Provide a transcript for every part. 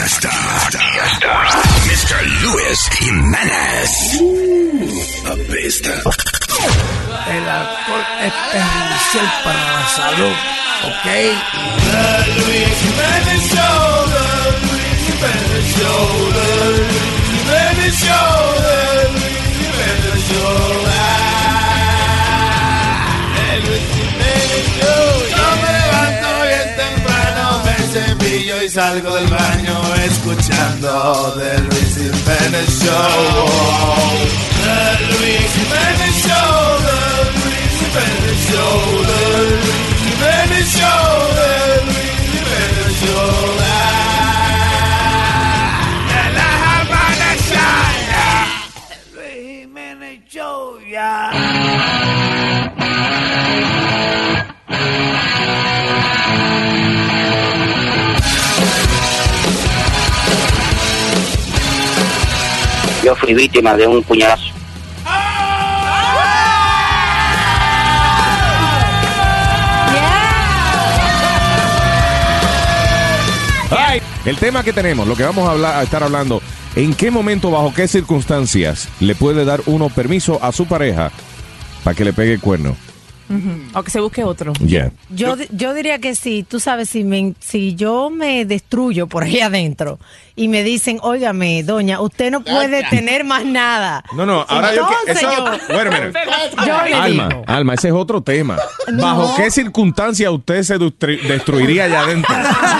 está. Mr. Luis Jiménez. Apesta. El alcohol es perjudicial para la salud, ¿ok? The Luis Jiménez Show, the Luis Jiménez Show, the Luis Jiménez Show, the Luis Jiménez Show. El Luis Jiménez Show. Yo me levanto bien temprano, me cepillo y salgo del baño escuchando The Luis Jiménez Show. The Luis Jiménez Show, the Luis Jiménez Show, the Luis Jiménez Show, the Luis Jiménez Show. De la Habana Shaya. Luis Jiménez Show, ya. Yo fui víctima de un puñalazo. Ay, el tema que tenemos, lo que vamos a estar hablando, ¿en qué momento, bajo qué circunstancias le puede dar uno permiso a su pareja para que le pegue el cuerno? O que se busque otro. Yeah. Yo diría que sí, tú sabes, si yo me destruyo por ahí adentro y me dicen, óigame, doña, usted no puede tener más nada. No, ahora Entonces Alma, ese es otro tema. ¿Bajo qué circunstancias usted se destruiría allá adentro?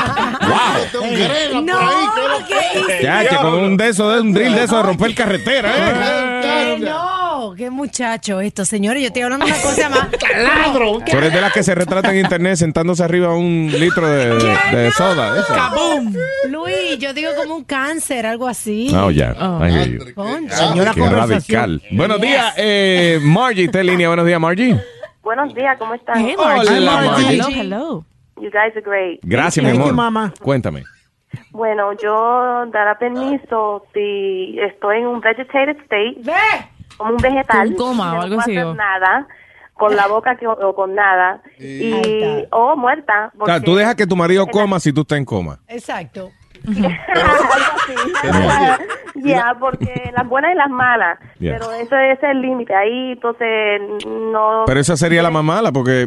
No, Ya, que con un drill de eso de romper carretera, no, qué muchacho esto, señores, yo estoy hablando de una cosa más. Tú eres de las que se retrata en internet sentándose arriba de un litro de soda. Eso. ¡Kabum! Luis, yo digo como un cáncer, algo así. Oh, ya. Señora, qué radical. Buenos días, Margie, está en línea. Buenos días, Margie. Buenos días, ¿cómo están? Hey, Margie. Hola, Margie. Hello. You guys are great. Gracias, mi amor. Mamá. Cuéntame. Bueno, yo dará permiso si estoy en un vegetated state, como un vegetal, Con coma o que algo no así, puedo o- hacer nada, con la boca o con nada, o muerta. O sea, tú dejas que tu marido coma si tú estás en coma. Exacto. Ya, porque las buenas y las malas, Yeah. pero ese es el límite, ahí entonces no... Pero esa sería la más mala porque,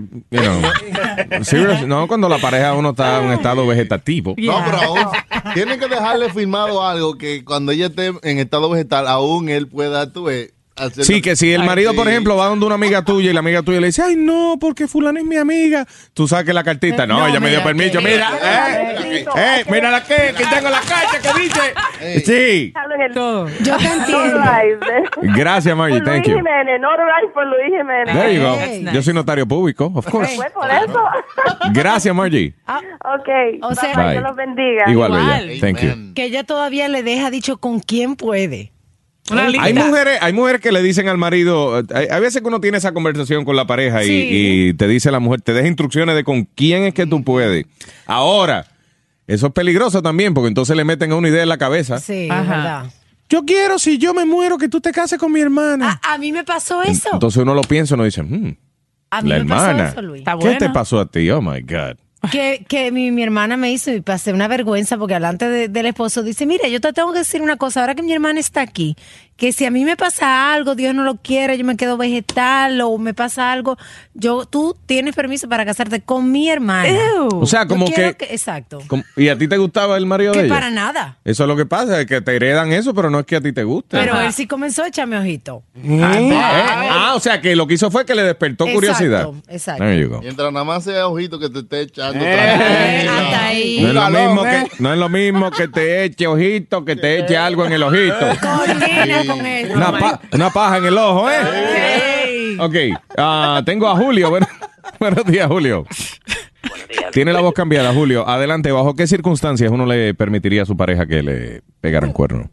no cuando la pareja uno está en un estado vegetativo. No, pero aún tienen que dejarle firmado algo que cuando ella esté en estado vegetal, aún él pueda, hacer Sí, que si el marido, por ejemplo, va donde una amiga tuya y la amiga tuya le dice, ay, no, porque fulana es mi amiga, tú saques la cartita. No, ella me dio permiso. Mira, mira la que tengo la carta que dice. Sí. Yo te entiendo. Gracias, Margie, Por thank Luis you. Jiménez, no right por Luis Jiménez. There you go. Hey. Yo soy notario público, of course. Fue por eso. Gracias, Margie. Ok, O sea, bye, Bye. Dios los bendiga. Igual, Igual. bella. Thank you. Que ella todavía le deja dicho con quién puede. Una lista. Hay mujeres que le dicen al marido, hay veces que uno tiene esa conversación con la pareja y te dice la mujer, te deja instrucciones de con quién es que tú puedes. Ahora, eso es peligroso también, porque entonces le meten a una idea en la cabeza. Sí, Ajá. es verdad. Yo quiero, si yo me muero, que tú te cases con mi hermana. A mí me pasó eso. Entonces uno lo piensa, uno dice, A mí la me pasó hermana. eso, Luis. Está ¿Qué bueno. te pasó a ti? Oh, my God. Que mi hermana me hizo y pasé una vergüenza porque delante del esposo dice, mira, yo te tengo que decir una cosa, ahora que mi hermana está aquí, que si a mí me pasa algo, Dios no lo quiere, yo me quedo vegetal o me pasa algo, tú tienes permiso para casarte con mi hermana. Ew. O sea, Yo como quiero que... exacto. ¿Y a ti te gustaba el marido de Que ella? para nada. Eso es lo que pasa, es que te heredan eso, pero no es que a ti te guste. Pero él sí comenzó a echarme ojito. O sea, que lo que hizo fue que le despertó curiosidad. Exacto. There you go. Mientras nada más sea ojito que te esté echando. Hasta ahí. No es, lo mismo no es lo mismo que te eche ojito, que te eche algo en el ojito. Coordina con él. Una paja en el ojo, ¿eh? Hey. Ok, tengo a Julio. Buenos días, Julio. Tiene la voz cambiada, Julio. Adelante, ¿bajo qué circunstancias uno le permitiría a su pareja que le pegara un cuerno?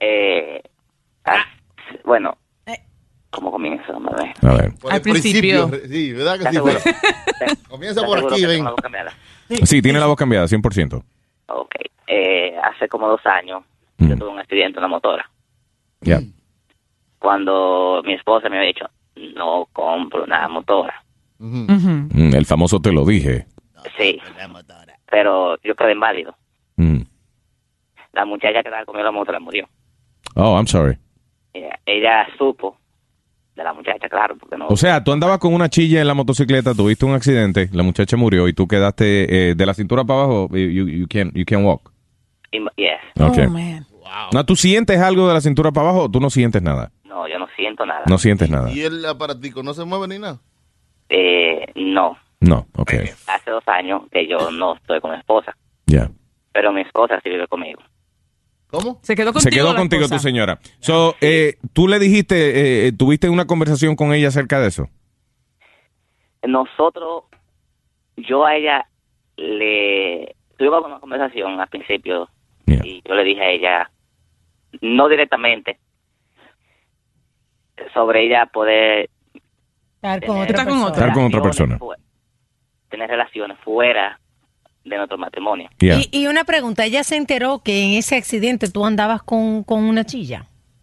Bueno, ¿cómo comienza? A ver. Por Al el principio. principio. Sí, ¿verdad que ¿Estás sí? seguro? Comienza por aquí, ven. Sí, tiene la voz cambiada, 100%. Ok. Hace como 2 años yo tuve un accidente en una motora. Ya. Cuando mi esposa me había dicho, no compro una motora. El famoso te lo dije. Sí. Pero yo quedé inválido. la muchacha que estaba conmigo en la moto la murió. Oh, I'm sorry. Ella supo de la muchacha, claro, porque no. O sea, tú andabas con una chilla en la motocicleta, tuviste un accidente, la muchacha murió y tú quedaste de la cintura para abajo, you can't walk. Yes. Okay. Oh, man. No, ¿tú sientes algo de la cintura para abajo o tú no sientes nada? No, yo no siento nada. No sientes nada. ¿Y el aparatico no se mueve ni nada? No. No, ok. Hace 2 años que yo no estoy con mi esposa. Ya. Pero mi esposa sí vive conmigo. ¿Cómo? Se quedó contigo tu señora. So, ¿tú le dijiste, tuviste una conversación con ella acerca de eso? Nosotros, yo a ella tuvimos una conversación al principio y yo le dije a ella, no directamente, sobre ella poder Estar con otra persona. Tener relaciones fuera de nuestro matrimonio. Yeah. Y una pregunta, ¿ella se enteró que en ese accidente tú andabas con una chilla?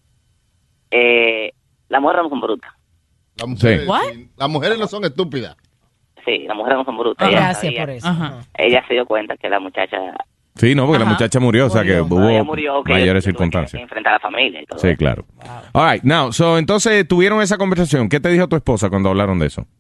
Las mujeres no son brutas. Las mujeres no son estúpidas. Sí, las mujeres no son brutas. Gracias por eso. Ella se dio cuenta que la muchacha... Sí, no, porque la muchacha murió, o sea que hubo mayores circunstancias. Enfrentar a la familia y todo. Sí, claro. All right, now, so, entonces tuvieron esa conversación. ¿Qué te dijo tu esposa cuando hablaron de eso?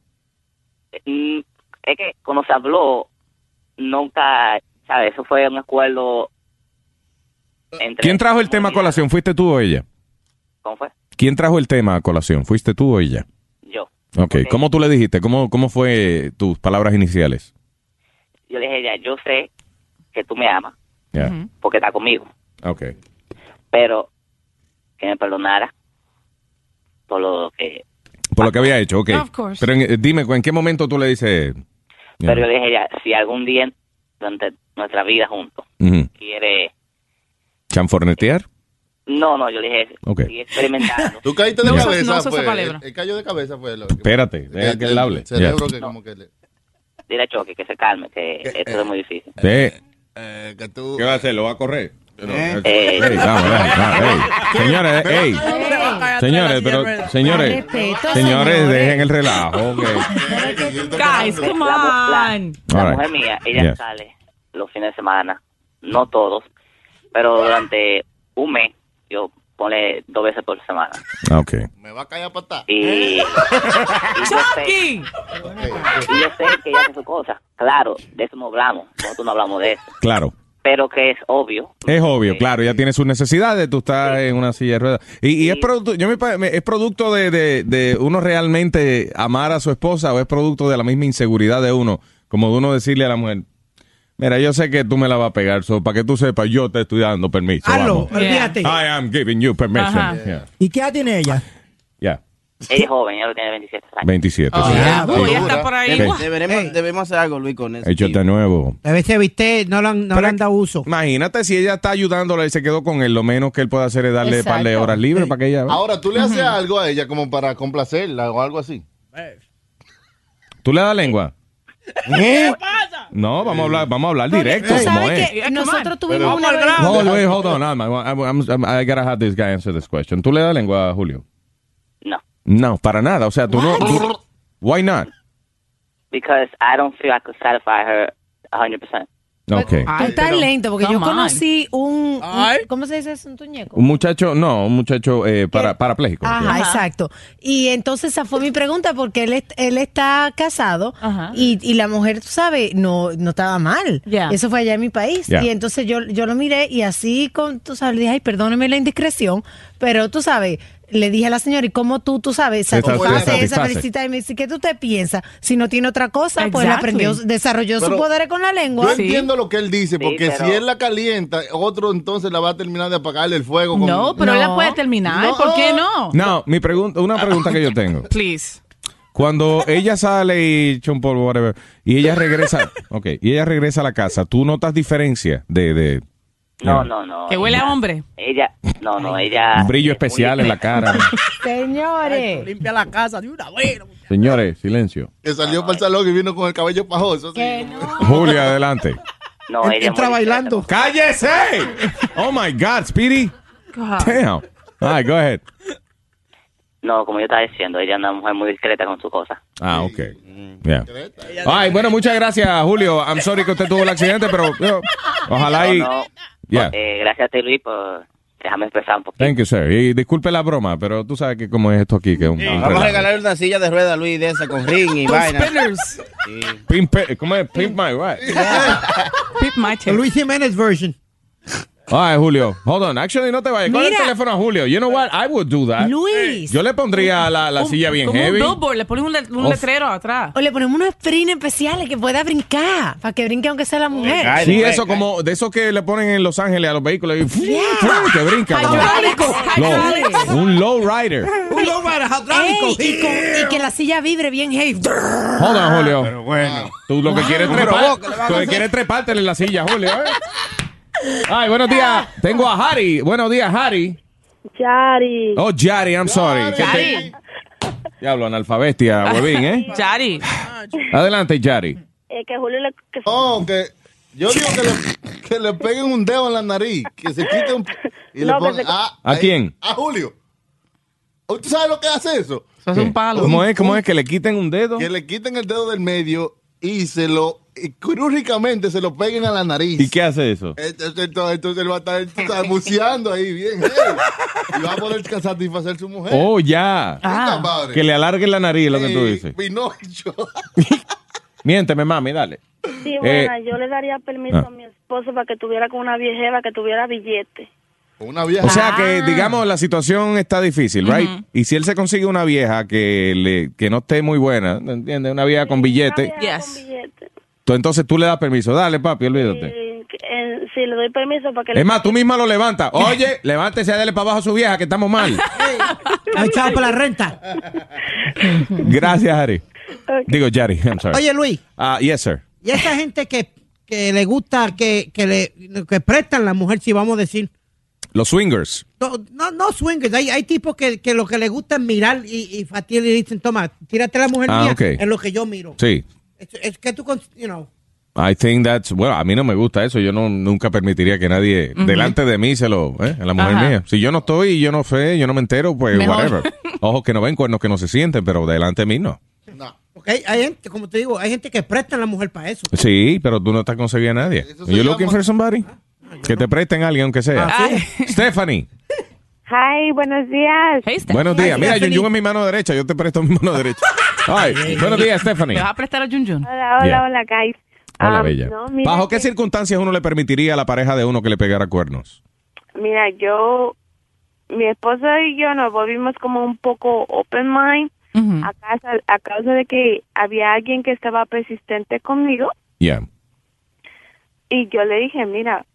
Es que cuando se habló, nunca, ¿sabes? Eso fue un acuerdo entre... ¿Quién trajo el tema a colación? ¿Fuiste tú o ella? ¿Cómo fue? ¿Quién trajo el tema a colación? ¿Fuiste tú o ella? Yo. Okay. ¿Cómo tú le dijiste? ¿Cómo fue tus palabras iniciales? Yo le dije a ella, yo sé que tú me amas, porque estás conmigo. Okay. Pero que me perdonara por lo que... Por lo que había hecho, ok. Of course. Pero dime, ¿en qué momento tú le dices...? Pero yo le dije a ella, si algún día durante nuestra vida juntos quiere... ¿Chanfornetear? No, yo le dije, sigue experimentando. ¿Tú caíste de cabeza? Fue. Él cayó de cabeza, fue. Espérate, deja que él hable. El cerebro que como que le... Dile a Choque que se calme, que esto es muy difícil. Sí. Que tú... ¿Qué va a hacer? ¿Lo va a correr? Vamos. Señores, dejen el relajo. Okay. Guys, come on. La mujer mía, ella sale los fines de semana, no todos, pero durante un mes, yo ponle 2 veces por semana. Okay. Me va a caer a patar. Y yo sé que ella hace su cosa. Claro, de eso no hablamos. Nosotros no hablamos de eso. Claro. Pero que es obvio. Es obvio, claro. Ella tiene sus necesidades. Tú estás en una silla de ruedas. Y es producto, es producto de uno realmente amar a su esposa o es producto de la misma inseguridad de uno. Como de uno decirle a la mujer, mira, yo sé que tú me la vas a pegar, para que tú sepas, yo te estoy dando permiso. Hazlo, olvídate. I am giving you permission. ¿Y qué edad tiene ella? Ella es joven, ella tiene 27 años. 27. Ya está por ahí. Debemos hacer algo, Luis, con eso. Échate de nuevo. A veces, viste, no le han dado uso. Imagínate si ella está ayudándole y se quedó con él, lo menos que él puede hacer es darle un par de horas libres para que ella... Ahora, ¿tú le haces algo a ella como para complacerla o algo así? ¿Tú le das lengua? ¿Qué pasa? No, vamos a hablar directo. ¿Sabes que nosotros tuvimos una vez... Hold on. I gotta have this guy answer this question. ¿Tú le das lengua, Julio? No. No, para nada. O sea, tú no... Why not? Because I don't feel I could satisfy her 100%. Okay. Tú estás lento, porque yo conocí un ¿cómo se dice eso? ¿Un tuñeco? Un muchacho parapléjico. Ajá, exacto. Y entonces esa fue mi pregunta, porque él está casado y la mujer, tú sabes, no estaba mal. Eso fue allá en mi país. Y entonces yo lo miré y así, tú sabes, le dije, ay, perdóneme la indiscreción, pero tú sabes... Le dije a la señora, ¿y cómo tú sabes, satisface esa felicita? Y me dice, ¿qué tú te piensas? Si no tiene otra cosa, pues desarrolló su poder con la lengua. Yo entiendo lo que él dice, porque si él la calienta, otro entonces la va a terminar de apagarle el fuego. No, pero él la puede terminar, ¿por qué no? No, una pregunta que yo tengo. Please. Cuando ella sale y echa un polvo, whatever, y ella regresa, y ella regresa a la casa, ¿tú notas diferencia de No. Que huele a hombre. Ella. Un brillo especial en la cara. Señores. Limpia la casa de una vez. Señores, silencio. Que salió para el salón y vino con el cabello pajoso. Sí. Julia, adelante. No, ella entra bailando. ¡Cállese! Oh my God, Speedy. God. Damn. All right, go ahead. No, como yo estaba diciendo, ella es una mujer muy discreta con su cosa. Ah, ok. Yeah. Ay, bueno, muchas gracias, Julio. I'm sorry que usted tuvo el accidente, pero ojalá y... Yeah. Gracias a ti, Luis, por dejarme expresar un poquito. Thank you, sir. Y disculpe la broma, pero tú sabes que como es esto aquí, que es un vamos a regalar una silla de ruedas, Luis, de esa con ring y vaina. Spinners. ¿Cómo es? Pimp my, right? Pimp my chair. Luis Jiménez version. Ay, Julio, hold on. Actually, no te vayas. Coge el teléfono a Julio. You know what? I would do that. Luis. Yo le pondría la silla bien heavy. Un billboard, le pones un letrero atrás. O le ponemos unos sprints especiales que pueda brincar, para que brinque aunque sea la mujer. Sí, eso como de esos que le ponen en Los Ángeles a los vehículos y que brinca. Un low rider. Un low rider, hidráulico. Y que la silla vibre bien heavy. Hold on, Julio. Pero bueno. Tú lo que quieres es trepártele en la silla, Julio. Ay, buenos días. Tengo a Harry. Buenos días, Harry. Yari. Oh, Yari, I'm sorry. Yari. Diablo, analfabestia, huevín, ¿eh? Yari. Adelante, Yari. Que Julio le... Que yo digo que le peguen un dedo en la nariz, que se quite un... Y le pongan, ¿A quién? A Julio. ¿Usted sabe lo que hace eso? Eso es un palo. ¿Cómo es? ¿Que le quiten un dedo? Que le quiten el dedo del medio y quirúrgicamente se lo peguen a la nariz. ¿Y qué hace eso? Entonces él va a estar buceando ahí bien. Y va a poder satisfacer a su mujer. Oh, ya. Que le alarguen la nariz, lo que tú dices. Pinocho. Miénteme, mami, dale. Sí, bueno, yo le daría permiso a mi esposo para que tuviera con una viejera que tuviera billete. Una vieja. O sea que, digamos, la situación está difícil, right? Y si él se consigue una vieja que no esté muy buena, ¿entiendes? Una vieja con billete. Entonces tú le das permiso. Dale, papi, olvídate. Sí, le doy permiso para que... Es más, tú misma lo levantas. Oye, levántese a darle para abajo a su vieja, que estamos mal. Hay chavo para la renta. Gracias, Harry. Okay. Digo, Yari, I'm sorry. Oye, Luis. Yes, sir. Y esa gente que le gusta que prestan la mujer, si vamos a decir... Los swingers. No swingers. Hay tipos que lo que les gusta es mirar y Fatiel le dicen, toma, tírate la mujer mía en lo que yo miro. Sí. Es que tú, you know. I think that's, bueno, a mí no me gusta eso. Yo nunca permitiría que nadie delante de mí a la mujer mía. Si yo no estoy y yo no sé, yo no me entero, pues whatever. Ojos que no ven, cuernos que no se sienten, pero delante de mí no. No. Okay, hay gente, como te digo, hay gente que prestan la mujer para eso. Sí, pero tú no estás consiguiendo a nadie. You looking for somebody? Que te presten a alguien, aunque sea. Stephanie. Hi, buenos días. Hey, buenos días. Mira, Yun es mi mano derecha. Yo te presto mi mano derecha. Ay, buenos días, Stephanie. ¿Me vas a prestar a Yun? Hola, guys. Hola, bella. No, ¿bajo qué circunstancias uno le permitiría a la pareja de uno que le pegara cuernos? Mira, mi esposo y yo nos volvimos como un poco open mind a causa de que había alguien que estaba persistente conmigo. Yeah. Y yo le dije, mira,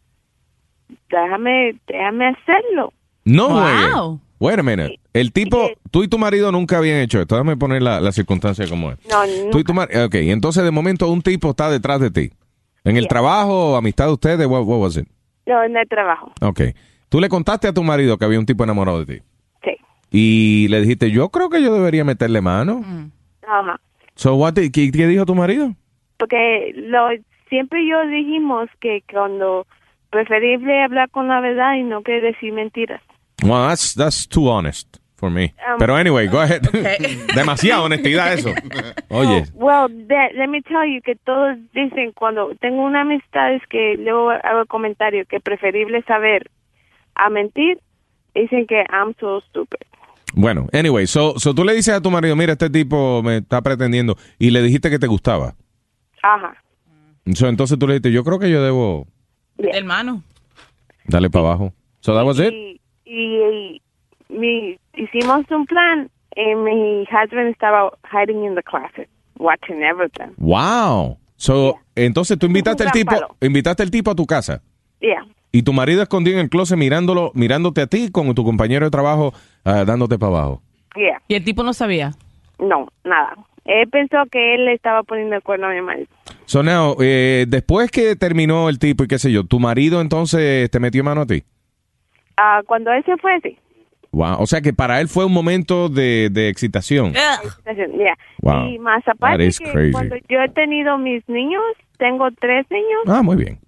déjame hacerlo. No, wow. Wait a minute. El tipo, tú y tu marido nunca habían hecho esto. Déjame poner la circunstancia como es. No, tú y tu marido. Ok, entonces de momento un tipo está detrás de ti. ¿En el trabajo, amistad de ustedes? What was it? No, en el trabajo. Ok. Tú le contaste a tu marido que había un tipo enamorado de ti. Sí. Y le dijiste, yo creo que yo debería meterle mano. Ajá. So, ¿qué dijo tu marido? Porque siempre yo dijimos que cuando preferible hablar con la verdad y no que decir mentiras. Well, that's too honest for me. Pero anyway, go ahead. Okay. Demasiada honestidad eso. Oye. Well, let me tell you que todos dicen cuando tengo una amistad es que luego hago comentario que preferible saber a mentir. Dicen que I'm so stupid. Bueno, anyway, so tú le dices a tu marido, mira, este tipo me está pretendiendo y le dijiste que te gustaba. Ajá. Entonces tú le dijiste, yo creo que yo debo... Hermano. Dale para abajo. So that was it. Y hicimos un plan y mi husband estaba hiding in the closet, watching everything. Wow. So, entonces tú invitaste al tipo a tu casa. Yeah. Y tu marido escondido en el closet mirándote a ti con tu compañero de trabajo dándote para abajo. Yeah. ¿Y el tipo no sabía? No, nada. Él pensó que él le estaba poniendo el cuerno a mi marido. So now, después que terminó el tipo y qué sé yo, ¿tu marido entonces te metió mano a ti? Cuando él se fue, sí. Wow. O sea que para él fue un momento de excitación. Yeah. Wow. Y más aparte que crazy. Cuando yo he tenido mis niños, tengo 3 niños. Ah, muy bien.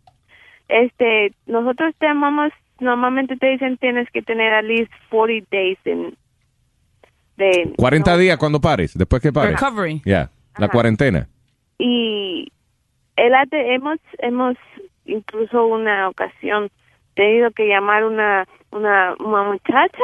Nosotros normalmente te dicen tienes que tener at least 40 days de 40 días cuando pares, después que pares. Recovery. Ya, la Ajá. cuarentena. Y hemos incluso una ocasión tenido que llamar una muchacha,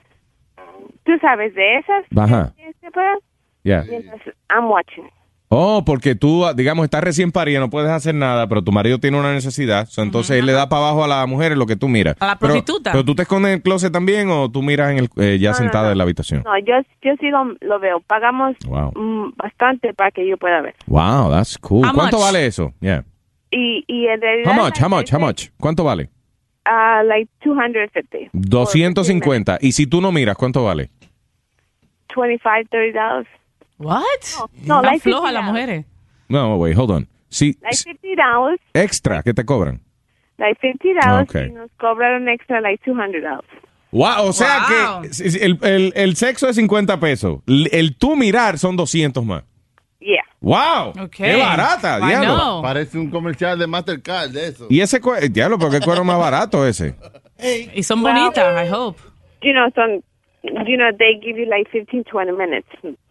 tú sabes de esas. Ajá. Ya. Mientras I'm watching. Oh, porque tú, digamos, estás recién parida, no puedes hacer nada, pero tu marido tiene una necesidad. So, entonces él le da para abajo a la mujer en lo que tú miras. A la prostituta. Pero tú te escondes en el closet también o tú miras en el, ya sentada en la habitación. No, yo sí lo veo. Pagamos bastante para que yo pueda ver. Wow, that's cool. How ¿Cuánto much? vale eso? Yeah. Y en realidad... How much? ¿Cuánto vale? Like 250. 250. Y si tú no miras, ¿cuánto vale? $25, $30. What? No, Tan like floja $50. las mujeres. No, wait, hold on. Sí, Like $50. extra, ¿qué te cobran? Like $50 Okay. y nos cobraron extra like $200. Wow, o sea Wow. que el sexo es 50 pesos. El tú mirar son 200 más. Yeah. Wow, Okay. qué barata, I diablo. know. Parece un comercial de Mastercard de eso. Y ese diablo, pero qué cuero más barato ese. Y son bonitas, I hope. You know, they give you like 15, 20 minutes.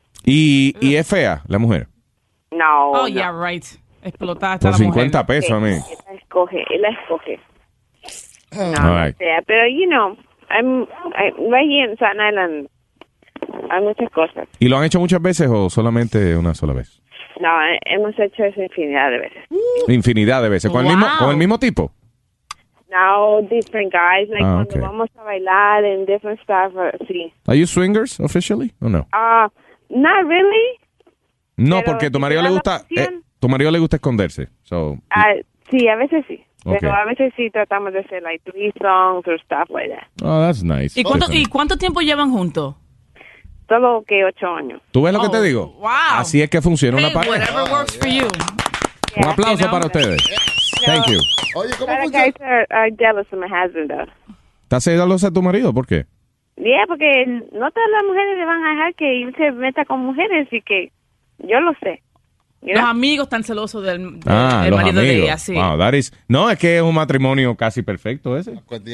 Y es fea la mujer. No. Oh, no. yeah, right. Explotada está Por la mujer. 50 pesos a mí. Él la escoge. All right. O sea, pero, you know, right here en Staten Island hay muchas cosas. ¿Y lo han hecho muchas veces o solamente una sola vez? No, hemos hecho eso infinidad de veces. Infinidad de veces. ¿Con el mismo tipo? Now, different guys, like cuando okay. vamos a bailar and different stuff, sí. Are you swingers officially o no? Not really. No, pero porque tu si marido te le da la gusta opción. tu marido le gusta esconderse. So, Sí, a veces sí. Okay. Pero a veces sí tratamos de hacer like threesomes or stuff like that. oh, that's nice. ¿Y cuánto tiempo llevan juntos? Todo que 8 años. ¿Tú ves lo que te digo? Wow. Así es que funciona una Hey, pareja. whatever works for you. Un aplauso para ustedes. Thank you. Oye, ¿cómo But funciona? guys are jealous of my husband, though. ¿Estás celosa a tu marido? ¿Por qué? Yeah, porque no todas las mujeres le van a dejar que él se meta con mujeres y que yo lo sé. Los amigos están celosos del Los marido amigos. de ella, sí. Wow, no, es que es un matrimonio casi perfecto ese.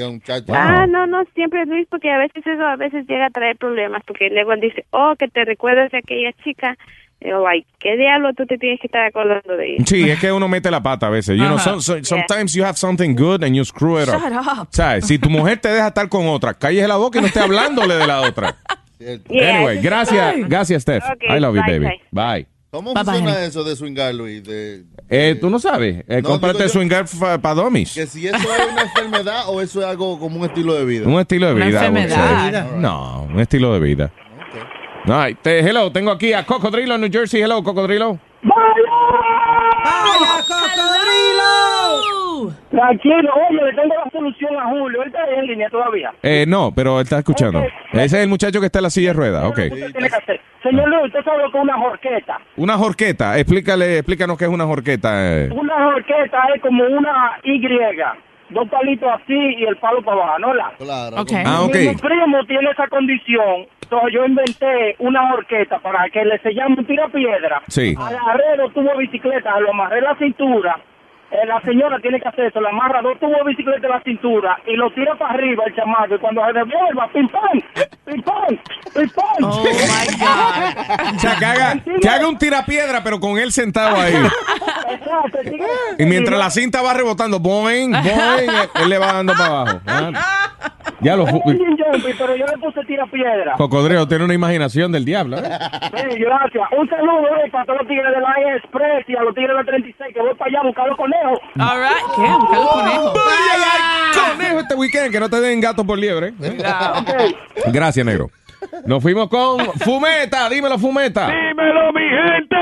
No, siempre Luis, porque a veces llega a traer problemas, porque luego él dice, que te recuerdas de aquella chica. Y yo, like, ¿qué diablo tú te tienes que estar acordando de ella? Sí, es que uno mete la pata a veces. You know, sometimes you have something good and you screw it up. Shut up. ¿Sabes? Si tu mujer te deja estar con otra, cállese la boca y no esté hablándole de la otra. Anyway, gracias, Steph. Okay, I love you, bye, baby. Bye. ¿Cómo Bye, funciona bye. eso de swingar, Luis? ¿Tú no sabes? Cómprate digo yo- swinger para domis. Que si eso es una enfermedad o eso es algo como un estilo de vida. Un estilo de Una vida. enfermedad. José. No, un estilo de vida. Ay, hello, tengo aquí a Cocodrilo en New Jersey. Hello, Cocodrilo. ¡Vaya, cocodrilo! Tranquilo, oye, le tengo la solución a Julio. Él está en línea todavía. No, pero él está escuchando. Ok. Ese es el muchacho que está en la silla de ruedas. Ok. ¿Qué tiene que hacer? Señor Luis, usted sabe lo que es una jorqueta. Una jorqueta. Explícanos qué es una jorqueta. Una jorqueta es como una Y. Dos palitos así y el palo para abajo, ¿no? Claro. Okay. Ok. Mi primo tiene esa condición. Entonces yo inventé una horqueta para que se llame un tirapiedra. Sí. Agarré dos tubos de bicicleta, lo amarré en la cintura. La señora tiene que hacer eso, le amarra dos tubos de bicicleta en la cintura y lo tira para arriba el chamaco. Y cuando se devuelva, pim pam, pim pam, pim pam. Oh, my God. O sea, que haga un tirapiedra, pero con él sentado ahí. Exacto, Y mientras la cinta va rebotando, boing, boing, él le va dando para abajo. Ya lo pero yo le puse tirapiedra. Cocodrilo tiene una imaginación del diablo. Sí, gracias. Un saludo para todos los tigres de la Express y a los tigres de la 36 que voy para allá a buscar los conejos. All right. ¿Qué? Buscar los conejos. Vaya, conejo este weekend, que no te den gato por liebre. Gracias, negro. Nos fuimos con Fumeta. Dímelo, Fumeta. Dímelo, mi gente.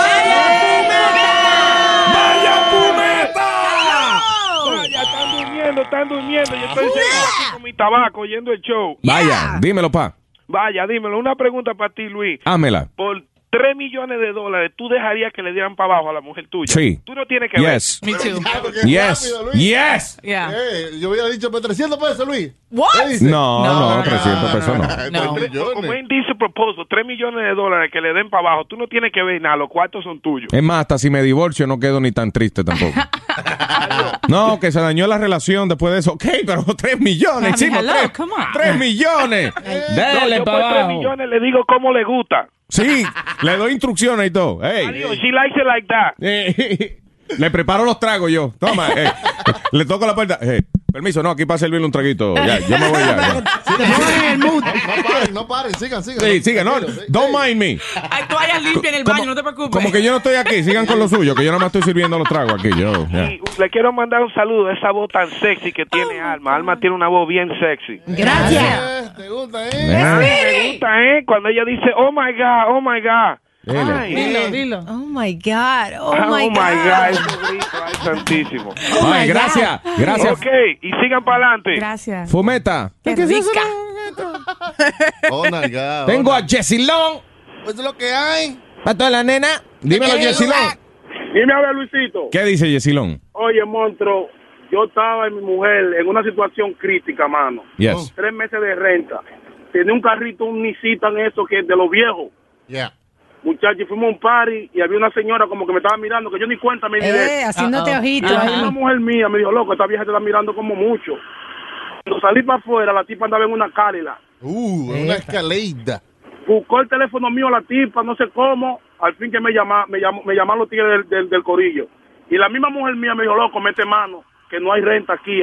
¡Vaya, Fumeta! Vaya, están durmiendo. Yo estoy seguro aquí con mi tabaco oyendo el show. Vaya, dímelo, pa. Vaya, dímelo. Una pregunta para ti, Luis. Hámela. Por $3 millones, ¿tú dejarías que le dieran para abajo a la mujer tuya? Sí. Tú no tienes que ver. Me too. Yes. Yeah. Yo hubiera dicho por 300 pesos, Luis. What? No, 300 pesos no. Como él dice proposal, $3 millones que le den para abajo, tú no tienes que ver nada, los cuartos son tuyos. Es más, hasta si me divorcio no quedo ni tan triste tampoco. No, que se dañó la relación después de eso. Ok, pero 3 millones, hicimos 3 millones. Dale yo para por 3 abajo. millones le digo cómo le gusta. Sí, le doy instrucciones y todo. Hey. Adiós, she likes it like that. Le preparo los tragos yo. Toma, le toco la puerta. Permiso, no, aquí para servirle un traguito. Ya, yo me voy ya. No paren, sigan. Sí, sigan, no, don't mind me. Hay toallas limpias en el baño, no te preocupes. Como que yo no estoy aquí, sigan con lo suyo, que yo no me estoy sirviendo los tragos aquí. Yo, ya. Y le quiero mandar un saludo a esa voz tan sexy que tiene Alma. Alma tiene una voz bien sexy. Gracias. ¿Te gusta, Me gusta, cuando ella dice, oh my God. Ay, Dilo. Oh my God. Oh my my God. Ese grito, ay, santísimo. Ay, gracias. Ok, y sigan para adelante. Gracias. Fumeta. Qué rica. Oh my God. Tengo a Yesilón. Pues es lo que hay. Para toda la nena. Dímelo, Yesilón. Dime a ver, Luisito. ¿Qué dice Yesilón? Oye, monstruo, yo estaba y mi mujer en una situación crítica, mano. Yes. 3 meses de renta. Tenía un carrito, un Nissan, eso que es de los viejos. Yeah. Muchachos, fuimos a un party y había una señora como que me estaba mirando, que yo ni cuenta me di de eso. Haciéndote ojitos. Y una mujer mía me dijo, loco, esta vieja te está mirando como mucho. Cuando salí para afuera, la tipa andaba en una Cadillac. Una escalera. Buscó el teléfono mío la tipa, no sé cómo. Al fin que me llamaron los tigres del corillo. Y la misma mujer mía me dijo, loco, mete mano, que no hay renta aquí.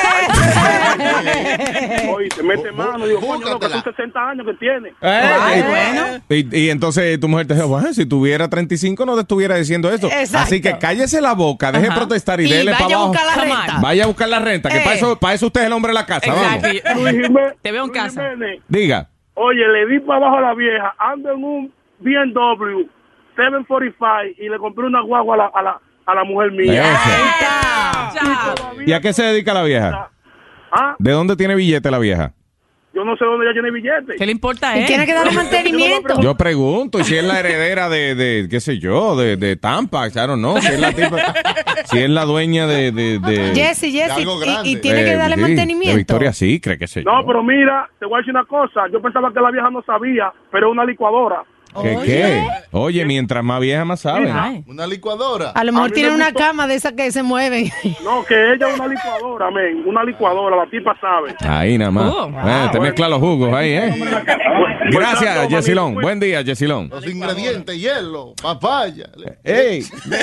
Oye, te mete mano. Digo, coño, loco, tú 60 años que tienes. Bueno. Y entonces tu mujer te dijo, bueno, si tuviera 35 no te estuviera diciendo esto. Exacto. Así que cállese la boca, deje de protestar y dele para abajo. Vaya a buscar la renta, que para eso usted es el hombre de la casa. Exacto. Vamos. Te veo en casa. Diga. Oye, le di para abajo a la vieja, ando en un BMW 745 y le compré una guagua a la mujer mía. ¿Y a qué se dedica la vieja? ¿Ah? ¿De dónde tiene billete la vieja? Yo no sé dónde ella tiene billete. ¿Qué le importa a él? Y tiene que darle mantenimiento. Yo pregunto, y si es la heredera de qué sé yo, de Tampa, claro, no, si es la tipa, si es la dueña de Jesse, y tiene que darle mantenimiento. De Victoria sí, cree que sé yo. No, pero mira, te voy a decir una cosa, yo pensaba que la vieja no sabía, pero es una licuadora. ¿Qué? Oye, mientras más vieja, más sabe. Una licuadora. A lo mejor tiene una cama de esas que se mueven. No, que ella es una licuadora, men. Una licuadora, la tipa sabe. Ahí nada más. Te mezcla los jugos ahí, Gracias, Yesilón. Buen día, Yesilón. Los ingredientes, hielo, papaya. ¡Ey!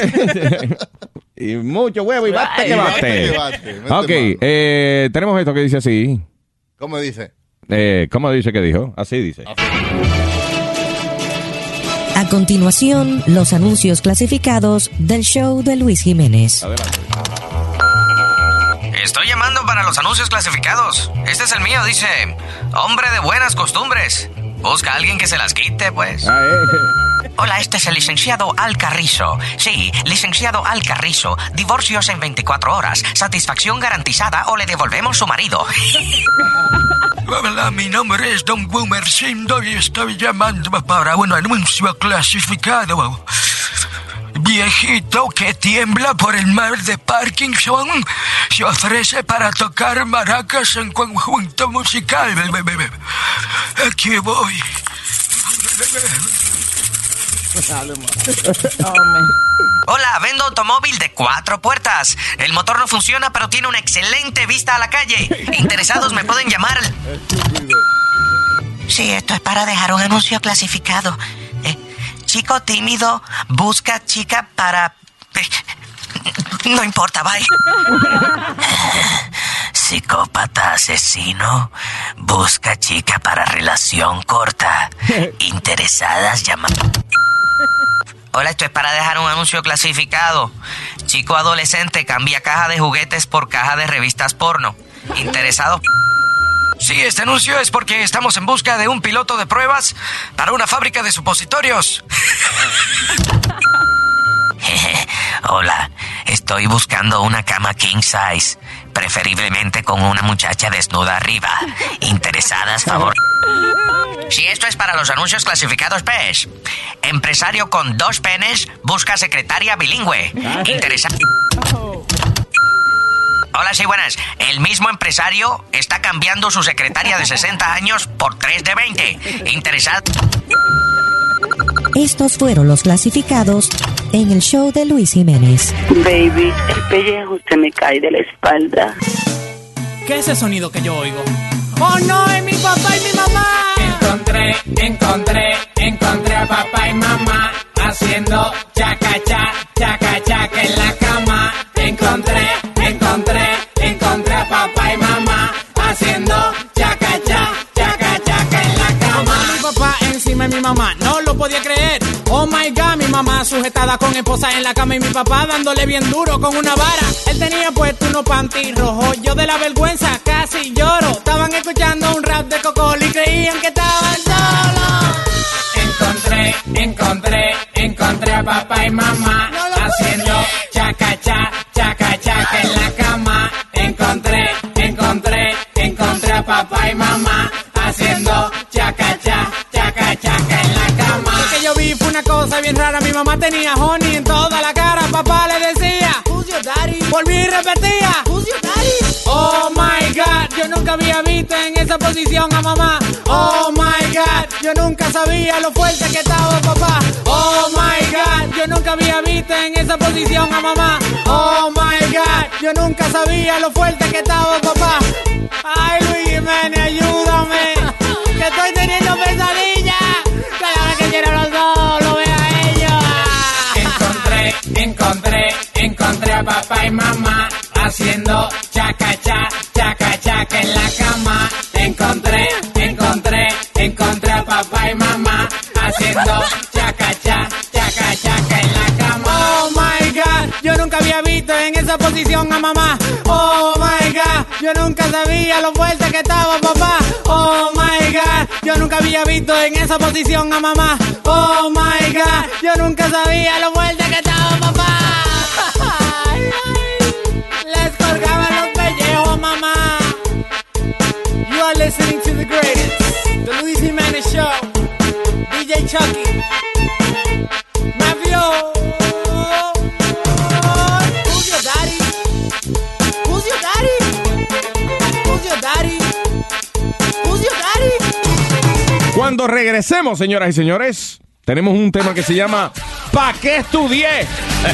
Y mucho huevo y bate que bate. Ok, tenemos esto que dice así. ¿Cómo dice? ¿Cómo dice que dijo? Así dice. A continuación, los anuncios clasificados del show de Luis Jiménez. Adelante. Estoy llamando para los anuncios clasificados. Este es el mío, dice, hombre de buenas costumbres. Busca a alguien que se las quite, pues. Hola, este es el licenciado Al Carrizo. Sí, licenciado Al Carrizo. Divorcios en 24 horas. Satisfacción garantizada o le devolvemos su marido. Hola, mi nombre es Don Boomer Sindo y estoy llamando para un anuncio clasificado. Viejito que tiembla por el mal de Parkinson se ofrece para tocar maracas en conjunto musical. Aquí voy. Hola, vendo automóvil de 4 puertas. El motor no funciona, pero tiene una excelente vista a la calle. Interesados me pueden llamar. Sí, esto es para dejar un anuncio clasificado. Chico tímido busca chica para... No importa, bye. Psicópata asesino busca chica para relación corta. Interesadas llaman. Hola, esto es para dejar un anuncio clasificado. Chico adolescente cambia caja de juguetes por caja de revistas porno. ¿Interesado? Sí, este anuncio es porque estamos en busca de un piloto de pruebas para una fábrica de supositorios. Hola, estoy buscando una cama king size, preferiblemente con una muchacha desnuda arriba. ¿Interesadas, favor? Si esto es para los anuncios clasificados, pues, Empresario con 2 penes busca secretaria bilingüe. Interesante. Hola, sí, buenas. El mismo empresario está cambiando su secretaria de 60 años por 3 de 20. Interesante. Estos fueron los clasificados en el show de Luis Jiménez. Baby, el pellejo se me cae de la espalda. ¿Qué es ese sonido que yo oigo? ¡Oh, no! ¡Es mi papá y mi mamá! Encontré a papá y mamá haciendo chaca-cha, chaca-chaca en la cama. Encontré a papá y mamá haciendo chaca-cha, chaca-chaca en la cama. Mi papá encima de mi mamá, no lo podía creer. Oh my God, mi mamá sujetada con esposa en la cama y mi papá dándole bien duro con una vara. Él tenía puesto unos panties rojos, yo de la vergüenza casi lloro. Estaban escuchando un rap de Cocol y creían que estaban solos. Encontré a papá y mamá haciendo chaca-cha, chaca-chaca en la cama. Encontré a papá y mamá haciendo chaca-cha, chaca-chaca en la cama. Lo que yo vi fue una cosa bien rara. Mi mamá tenía honey en toda la cara. Papá le decía, who's your daddy? Volví y repetía, who's your daddy? Oh my God, yo nunca había visto en esa posición a mamá. Oh my God, yo nunca sabía lo fuerte que estaba papá. Oh my God, yo nunca había visto en esa posición a mamá. Oh my God, yo nunca sabía lo fuerte que estaba papá. Ay, Luis Jiménez, ayúdame, que estoy teniendo pesadillas. Cada vez que quiero los dos, lo veo a ellos. Encontré a papá y mamá haciendo chaca-cha, chaca-chaca en la cama. Encontré a papá y mamá haciendo chaca-cha, chaca-chaca en la cama. Oh my God, yo nunca había visto en esa posición a mamá. Oh my God, yo nunca sabía lo fuerte que estaba papá. Oh my God, yo nunca había visto en esa posición a mamá. Oh my God, yo nunca sabía lo fuerte que estaba papá. Les colgaban los pellejos, mamá. You are listening to the greatest, the Luis Jiménez Show. DJ Chucky, Mafio. Who's your daddy? Who's your daddy? Who's your daddy? Who's your daddy? Cuando regresemos, señoras y señores, tenemos un tema que se llama ¿Pa' qué estudié?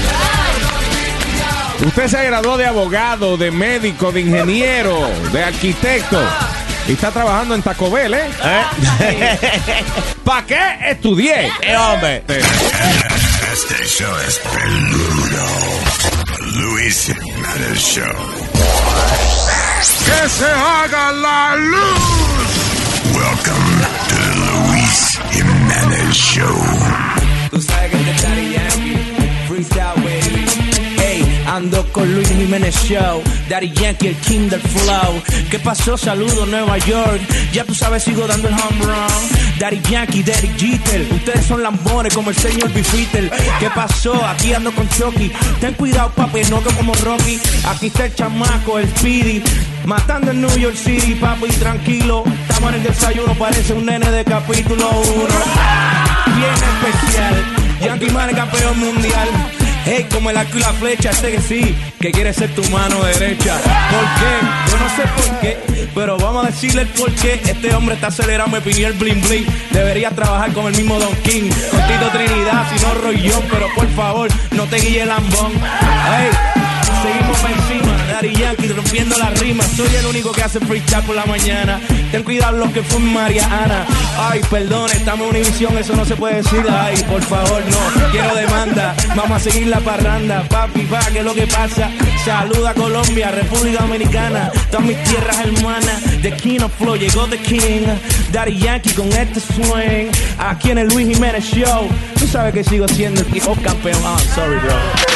Usted se graduó de abogado, de médico, de ingeniero, de arquitecto y está trabajando en Taco Bell, ¿eh? ¿Para qué estudié? Hombre. Este show es peludo. Luis Jiménez Show. ¡Que se haga la luz! Welcome to the Luis Jiménez Show. Tú sabes que te Daddy Yankee, freestyle baby. Hey, ando con Luis Jiménez Show, Daddy Yankee, el king del flow. ¿Qué pasó? Saludo Nueva York. Ya tú sabes, sigo dando el home run. Daddy Yankee, Daddy Jeter, ustedes son lambones como el señor Bifitter. ¿Qué pasó? Aquí ando con Chucky. Ten cuidado, papi, no que como Rocky. Aquí está el chamaco, el Speedy, matando en New York City, papi, tranquilo. Estamos en el desayuno, parece un nene de capítulo 1. Bien especial, Yankee Man, campeón mundial. Hey, como el arco y la flecha, este que sí, que quiere ser tu mano derecha. ¿Por qué? Yo no sé por qué, pero vamos a decirle el por qué. Este hombre está acelerado, me pidió el bling bling. Debería trabajar con el mismo Don King, con Tito Trinidad, si no Roy John. Pero por favor, no te guíe el lambón. Hey, seguimos para encima, Daddy Yankee rompiendo las rimas. Soy el único que hace freestyle por la mañana. Ten cuidado lo que fue María Ana. Ay, perdón, estamos en Univisión, eso no se puede decir. Ay, por favor, no, quiero demanda. Vamos a seguir la parranda, papi, pa, ¿qué es lo que pasa? Saluda a Colombia, República Dominicana, todas mis tierras hermanas. The King of Flow, llegó The King, Daddy Yankee con este swing. Aquí en el Luis Jiménez Show, tú sabes que sigo siendo el hijo campeón. Oh, sorry, bro.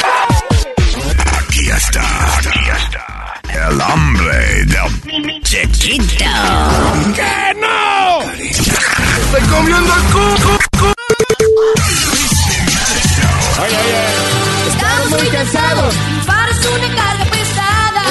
Aquí está el hombre del chiquito. ¡Que no! ¡Estoy comiendo el cuco! Oye, oye. Estamos muy cansados. Triunfar es una carga pesada.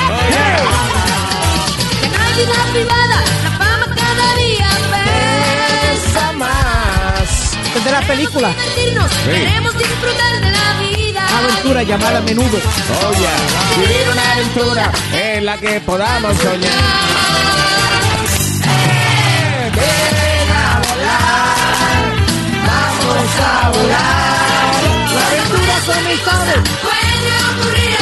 En la vida privada, la fama cada día pesa más. De la película. Queremos disfrutar de la vida. Aventura llamada Menudo. Vivir una aventura en la que podamos soñar. Ven a volar, vamos a volar. La aventura son mis padres. Puede ocurrir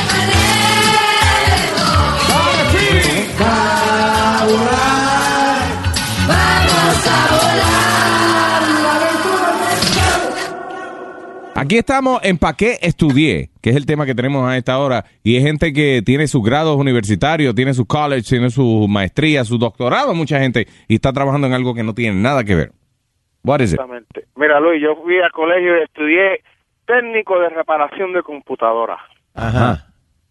alrededor. A volar, vamos a volar. La aventura. Aquí estamos en Pa' qué estudié, que es el tema que tenemos a esta hora, y es gente que tiene sus grados universitarios, tiene su college, tiene su maestría, su doctorado, mucha gente, y está trabajando en algo que no tiene nada que ver. What is it? Exactamente. Mira, Luis, yo fui al colegio y estudié técnico de reparación de computadoras. Ajá.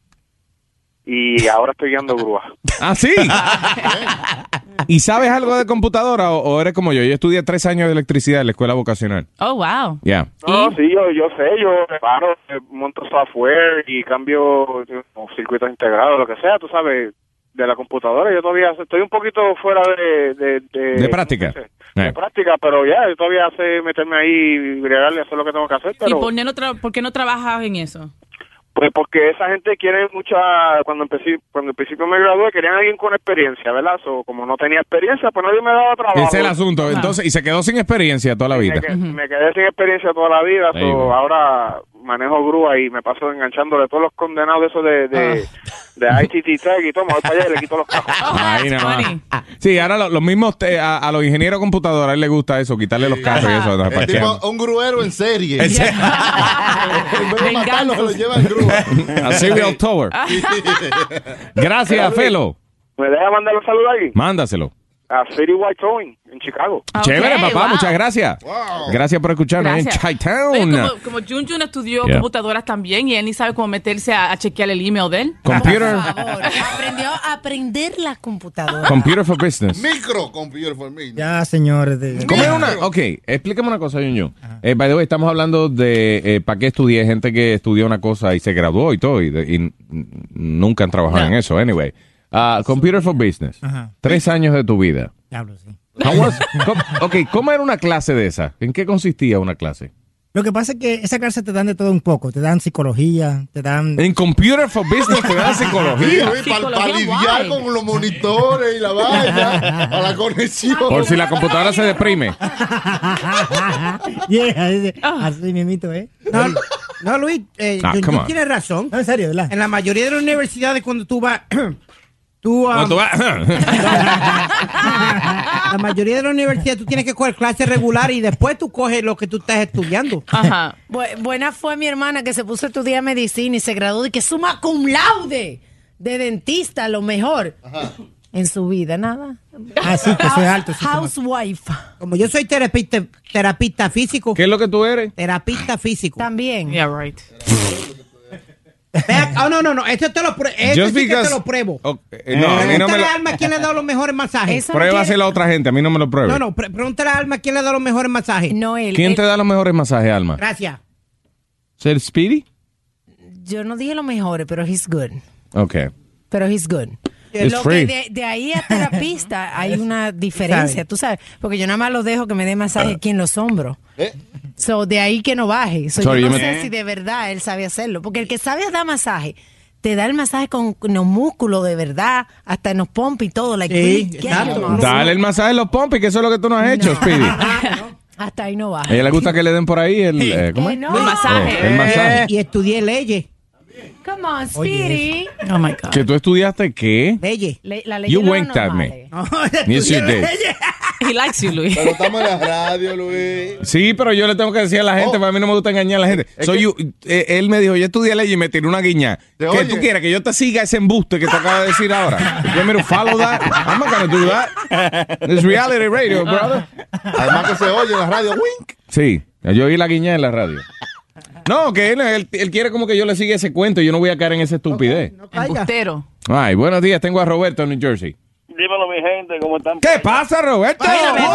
Y ahora estoy guiando grúa. ¿Ah, sí? ¿Y sabes algo de computadora o eres como yo? Yo estudié 3 años de electricidad en la escuela vocacional. Oh, wow. Yeah. No, sí, yo sé, yo reparo, monto software y cambio circuitos integrados, lo que sea, tú sabes, de la computadora. Yo todavía estoy un poquito fuera de práctica. No sé, de práctica, pero ya, yo todavía sé meterme ahí y bregarle, hacer lo que tengo que hacer. Pero... ¿Y por qué no trabajas en eso? Pues porque esa gente quiere cuando al principio me gradué, querían a alguien con experiencia, ¿verdad? Como no tenía experiencia, pues nadie me daba trabajo. Ese es el asunto. Entonces, y se quedó sin experiencia toda la vida. Me quedé sin experiencia toda la vida, ahora manejo grúa y me paso enganchándole todos los condenados de eso de ITT Tech y todo, me voy para allá y le quito los cajos. Ahí nada más. Sí, ahora los mismos a los ingenieros de computadora a él les gusta eso, quitarle los carros y eso. Es tipo un gruero en serie. En vez de matarlo, se lo lleva en grúa. A serial tower. Gracias, Felo. ¿Me deja mandar un saludo ahí? Mándaselo. A City White Towing, en Chicago. Chévere, papá, muchas gracias. Gracias por escucharnos en Chi-Town. Como Junjun estudió computadoras también y él ni sabe cómo meterse a chequear el email de él. Computer. Aprendió a aprender las computadoras. Computer for Business. Computer for Business. Ya, señores. ¿Cómo es una? Ok, explícame una cosa, Junjun. By the way, estamos hablando de para qué estudié, gente que estudió una cosa y se graduó y todo, y nunca han trabajado en eso, anyway. Computer for Business. 3 años de tu vida. Diablo, sí. ¿Cómo era una clase de esa? ¿En qué consistía una clase? Lo que pasa es que esa clase te dan de todo un poco. Te dan psicología, te dan... En Computer for Business te dan psicología. Para lidiar con los monitores y la vaina, a la conexión. Por si la computadora se deprime. Así mismito, ¿eh? No, Luis, tú tienes razón. No, en serio, ¿verdad? En la mayoría de las universidades, cuando tú vas... La mayoría de las universidades tú tienes que coger clases regulares y después tú coges lo que tú estás estudiando. Ajá. Buena fue mi hermana que se puso a estudiar medicina y se graduó y que summa cum laude de dentista, lo mejor. Ajá. En su vida, nada. Sí, que soy alto. Sí, housewife. Como yo soy terapista físico. ¿Qué es lo que tú eres? Terapista físico. También. Yeah, right. No, esto te lo pruebo. Te lo pruebo. Okay. No, a mí no me lo... a Alma quién le da los mejores masajes. Pruébaselo a otra gente, a mí no me lo pruebe. No, pregúntale a Alma quién le da los mejores masajes. No, él. ¿Quién te da los mejores masajes, Alma? Gracias. ¿Ser Speedy? Yo no dije los mejores, pero he's good. Okay. Pero he's good. Lo que de ahí a terapista hay una diferencia, tú sabes, porque yo nada más lo dejo que me dé masaje aquí en los hombros. So, de ahí que no baje. Yo no sé si de verdad él sabe hacerlo, porque el que sabe dar masaje te da el masaje con los músculos de verdad, hasta en los pompis y todo. Dale el masaje en los pompis, que eso es lo que tú no has hecho, Speedy. Hasta ahí no baja. A ella le gusta que le den por ahí el masaje. El masaje. Y estudié leyes. Come on, Speedy. Oh my God. ¿Que tú estudiaste qué? Leyes. La ley You winked at me. Yes, you did. He likes you, Luis. Pero estamos en la radio, Luis. Sí, pero yo le tengo que decir a la gente, porque a mí no me gusta engañar a la gente. Él me dijo, yo estudié ley y me tiró una guiña. ¿Qué tú quieres? ¿Que yo te siga ese embuste que te acaba de decir ahora? Yo me follow that. I'm not gonna do that. It's reality radio, brother. Además que se oye en la radio, wink. Sí, yo oí la guiña en la radio. No, que él quiere como que yo le siga ese cuento y yo no voy a caer en esa estupidez. Embustero. Ay, buenos días, tengo a Roberto en New Jersey. Dímelo, mi gente, ¿cómo están? ¿Qué pasa, Roberto?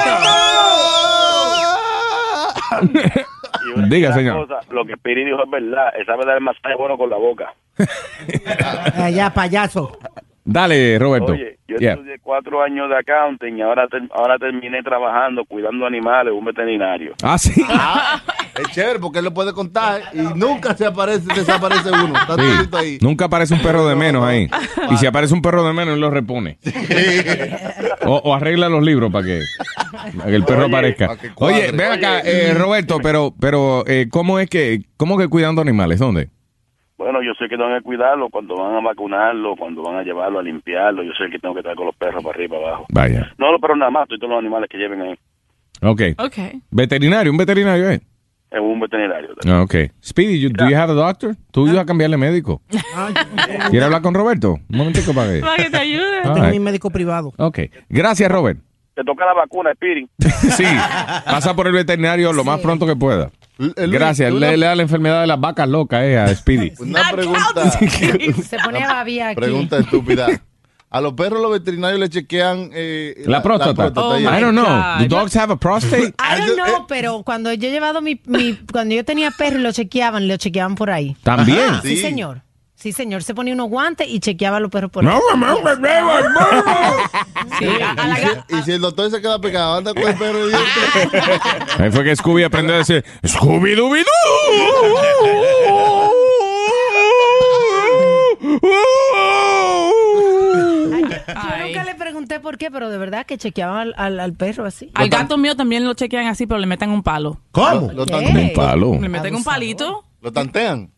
Diga, señor. Lo que Piri dijo es verdad. Él sabe dar el masaje bueno con la boca. Allá, payaso. Dale, Roberto. Oye, yo estudié 4 años de accounting y ahora terminé trabajando, cuidando animales, un veterinario. Ah, sí. Es chévere porque él lo puede contar y nunca desaparece uno. Está Sí. todito ahí. Nunca aparece un perro de menos ahí. Y si aparece un perro de menos, él lo repone. O arregla los libros para que el perro aparezca. Oye, ven acá, Roberto, pero ¿cómo que cuidando animales? ¿Dónde? Bueno, yo sé que tengo que cuidarlo cuando van a vacunarlo, cuando van a llevarlo a limpiarlo. Yo sé que tengo que estar con los perros para arriba y para abajo. Vaya. No los perros nada más, todos los animales que lleven ahí. Ok. Veterinario, un veterinario, ¿eh? Es un veterinario. Ah, ok. Speedy, do you have a doctor? Tú ibas a cambiarle médico. ¿Quieres hablar con Roberto? Un momentico para que... Para que te ayude. Tengo mi médico privado. Ok. Gracias, Robert. Te toca la vacuna, Speedy. Sí. Pasa por el veterinario lo más pronto que pueda. Gracias. Le da la enfermedad de las vacas locas a Speedy. Una pregunta. Se pone a babiar aquí. Pregunta estúpida. A los perros los veterinarios le chequean la próstata. Oh, I don't know. Do dogs have a prostate? I don't know, pero cuando yo he llevado cuando yo tenía perro y lo chequeaban por ahí. ¿También? Sí, Sí. señor. Sí, señor. Se ponía unos guantes y chequeaba a los perros por ahí. Y si el doctor se queda pegado, anda con el perro de dientes. Ahí fue que Scooby aprendió a decir Scooby-Dooby-Doo. Yo nunca le pregunté por qué, pero de verdad que chequeaban al perro así. Al gato mío también lo chequean así, pero le meten un palo. ¿Cómo? Un palo. Le meten un palito. Lo tantean.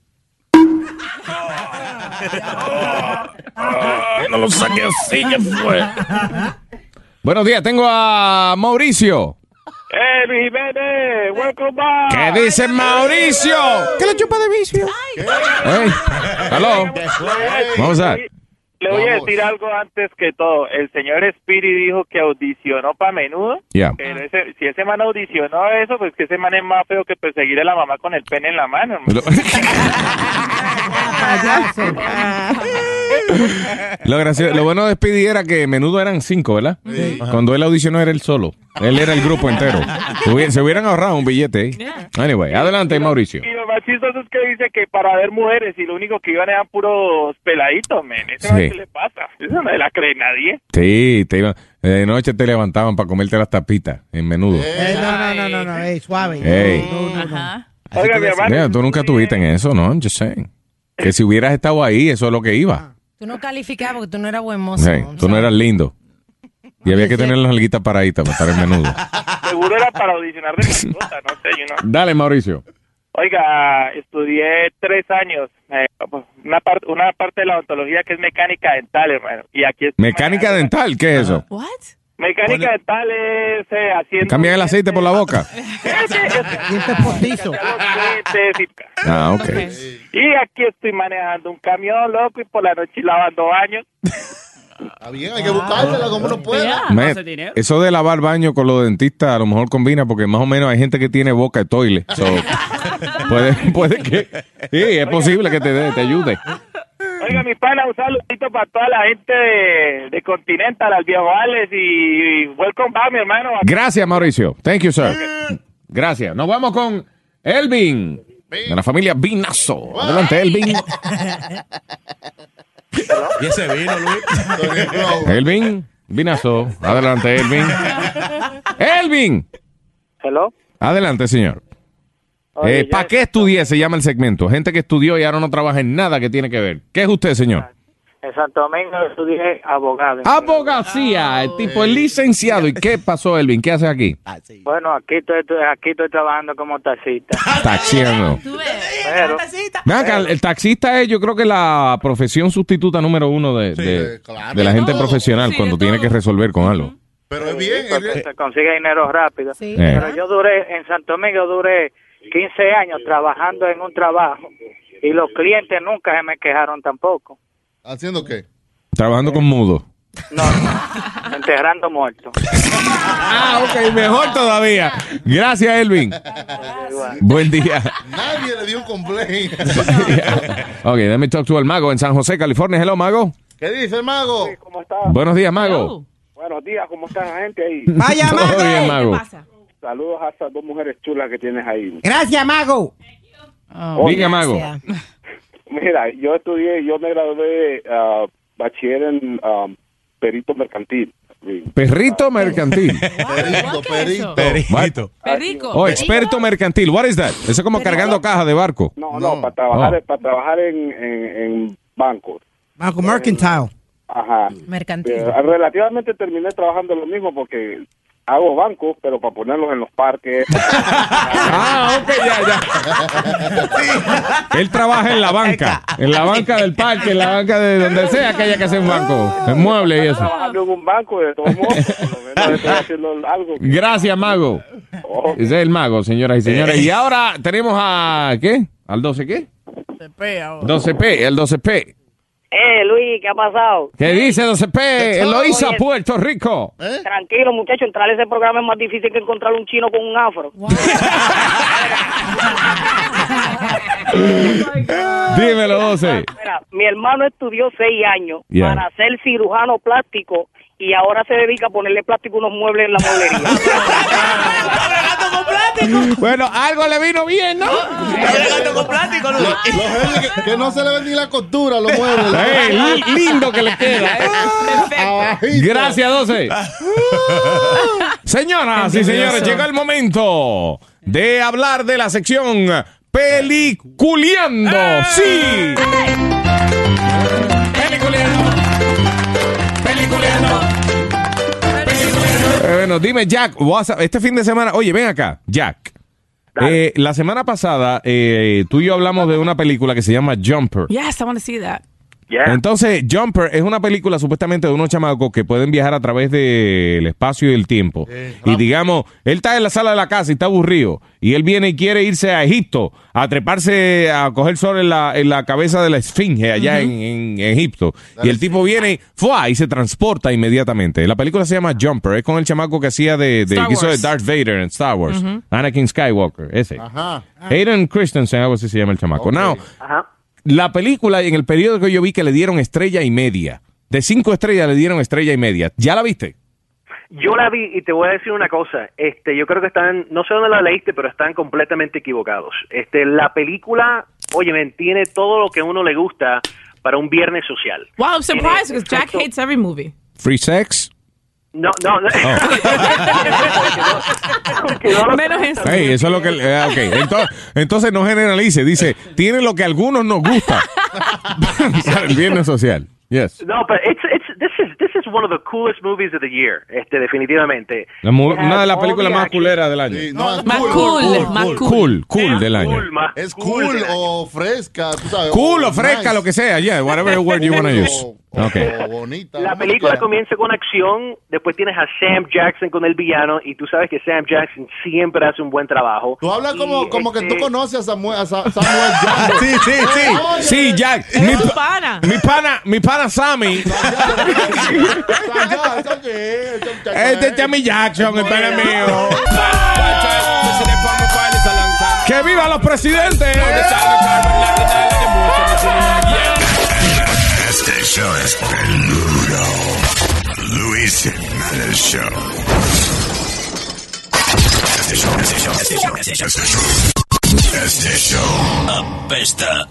No lo saqué así, que fue. Buenos días, tengo a Mauricio. Luis Jiménez, welcome back. ¿Qué dice Mauricio? ¿Qué le chupa de vicio? Hey, hello. Vamos a ver. Le voy a decir algo antes que todo. El señor Speedy dijo que audicionó para Menudo. Yeah. Pero si ese man audicionó eso, pues que ese man es más feo que perseguir a la mamá con el pene en la mano, hermano. Lo bueno de Speedy era que Menudo eran 5, ¿verdad? Sí. Cuando él audicionó era él solo. Él era el grupo entero. Se hubieran ahorrado un billete ahí. Anyway, adelante, Mauricio. Y lo más chistoso es que dice que para ver mujeres y lo único que iban eran puros peladitos, men. Eso Sí. no es que le pasa. Eso no se la cree nadie. Sí, de noche te levantaban para comerte las tapitas en Menudo. No, suave. Ey. No. Oiga, mi hermano. Mira, tú nunca estuviste en eso, ¿no? Just saying. Que si hubieras estado ahí, eso es lo que iba. Tú no calificabas porque tú no eras buen mozo. Sí, tú no eras lindo. Y había que tener las nalguitas paraditas para estar en Menudo. Seguro era para audicionar de mascota, no sé, Dale, Mauricio. Oiga, estudié 3 años, una parte de la odontología que es mecánica dental, hermano. Y aquí ¿Mecánica dental? ¿Qué es eso? Mecánica dental es haciendo... ¿Cambian el aceite por la boca? Dientes postizos. Ah, ok. Y aquí estoy manejando un camión, loco, y por la noche lavando baños. Está bien, hay que buscársela como uno pueda. Eso de lavar baño con los dentistas a lo mejor combina porque más o menos hay gente que tiene boca de toile. So, puede que... Sí, es posible que te ayude. Oiga, mi pana, un saludito para toda la gente de Continental, al viejo Alex y welcome back, mi hermano. Gracias, Mauricio. Thank you, sir. Gracias. Nos vamos con Elvin, de la familia Vinazo. Adelante, Elvin. ¿Y ese vino, Luis? Elvin, Vinazo. Adelante, Elvin. Elvin. Hello. Adelante, señor. ¿Para qué estudié? Se llama el segmento. Gente que estudió y ahora no trabaja en nada que tiene que ver. ¿Qué es usted, señor? En Santo Domingo estudié abogado. Abogacía, el tipo es licenciado. ¿Y qué pasó, Elvin? ¿Qué hace aquí? Bueno, aquí estoy trabajando como taxista. Taxiando. Pero, Ven acá, el taxista es, yo creo que la profesión sustituta número 1 de la gente profesional cuando tiene que resolver con algo. Pero es bien. Se consigue dinero rápido. Sí. Pero yo en Santo Domingo duré 15 años trabajando en un trabajo y los clientes nunca se me quejaron tampoco. ¿Haciendo qué? Trabajando con mudo. No, enterrando muertos. Ok, mejor todavía. Gracias, Elvin. Buen día. Nadie le dio un complaint. Ok, let me talk to el Mago en San José, California. Hello, Mago. ¿Qué dice el Mago? Sí, ¿cómo está? Buenos días, Mago. Buenos días, ¿cómo está la gente ahí? Vaya, Mago. Todo bien, Mago. ¿Qué pasa? Saludos a esas 2 mujeres chulas que tienes ahí. Gracias, Mago. Diga, Mago. Mira, yo me gradué bachiller en perito mercantil. Perrito mercantil. Perito. Perrico. Oh, experto mercantil. What is that? Eso es como cargando cajas de barco. No, para trabajar en bancos. Banco Mercantile. Ajá. Mercantil. Relativamente terminé trabajando lo mismo porque hago bancos, pero para ponerlos en los parques. Ok, ya. Él trabaja en la banca del parque, en la banca de donde sea que haya que hacer un banco, en muebles y eso. Trabajando en un banco, de todos modos, por lo menos estoy haciendo algo. Gracias, Mago. Ese es el Mago, señoras y señores. Y ahora tenemos a, ¿qué? ¿Al 12 qué? 12P, el 12P. Luis, ¿qué ha pasado? ¿Qué dice 12P? Eloísa, Puerto Rico. Tranquilo, muchacho, entrar a ese programa es más difícil que encontrar un chino con un afro. Dímelo, 12. Mira, mi hermano estudió 6 años para ser cirujano plástico y ahora se dedica a ponerle plástico a unos muebles en la mueblería. Bueno, algo le vino bien, ¿no? Con plástico, ¿no? Que no se le ve ni la costura, los muebles. Lindo que le queda. Gracias, 12. Señoras y señores, llega el momento de hablar de la sección Peliculeando. Sí. Peliculeando. Bueno, dime, Jack, este fin de semana, oye, ven acá, Jack. La semana pasada, tú y yo hablamos de una película que se llama Jumper. Yes, I want to see that. Yeah. Entonces, Jumper es una película supuestamente de unos chamacos que pueden viajar a través del espacio y el tiempo. Y digamos, él está en la sala de la casa y está aburrido. Y él viene y quiere irse a Egipto, a treparse, a coger sol en la cabeza de la esfinge allá en Egipto. Y el tipo viene y se transporta inmediatamente. La película se llama Jumper. Es con el chamaco que hacía que hizo de Darth Vader en Star Wars. Anakin Skywalker, ese. Hayden Christensen, algo así se llama el chamaco. Now, la película, en el periodo que yo vi, que le dieron 1.5 estrellas. De 5 estrellas le dieron 1.5 estrellas. ¿Ya la viste? Yo la vi y te voy a decir una cosa. Yo creo que están, no sé dónde la leíste, pero están completamente equivocados. La película, oye, tiene todo lo que a uno le gusta para un viernes social. Wow, I'm surprised because Jack hates every movie. Free sex. No. Menos eso. Hey, eso es lo que... Okay. Entonces no generalice. Dice, tiene lo que a algunos nos gusta. El viernes social. Yes. No, but this is one of the coolest movies of the year. Definitivamente. Una de las películas más culeras del año. Sí, más cool del año. Es cool o fresca, tú sabes. Cool o fresca, lo que sea. Yeah, whatever word you want to use. Okay. Bonita. La película comienza con acción, después tienes a Sam Jackson con el villano y tú sabes que Sam Jackson siempre hace un buen trabajo. Tú hablas como que tú conoces a Samuel Jackson. Sí, Jack. Mi pana Sammy. Este es Sammy Jackson, el pana mío. ¡Que viva los presidentes! Este show es peludo. Luis Jiménez Show. Este show apesta.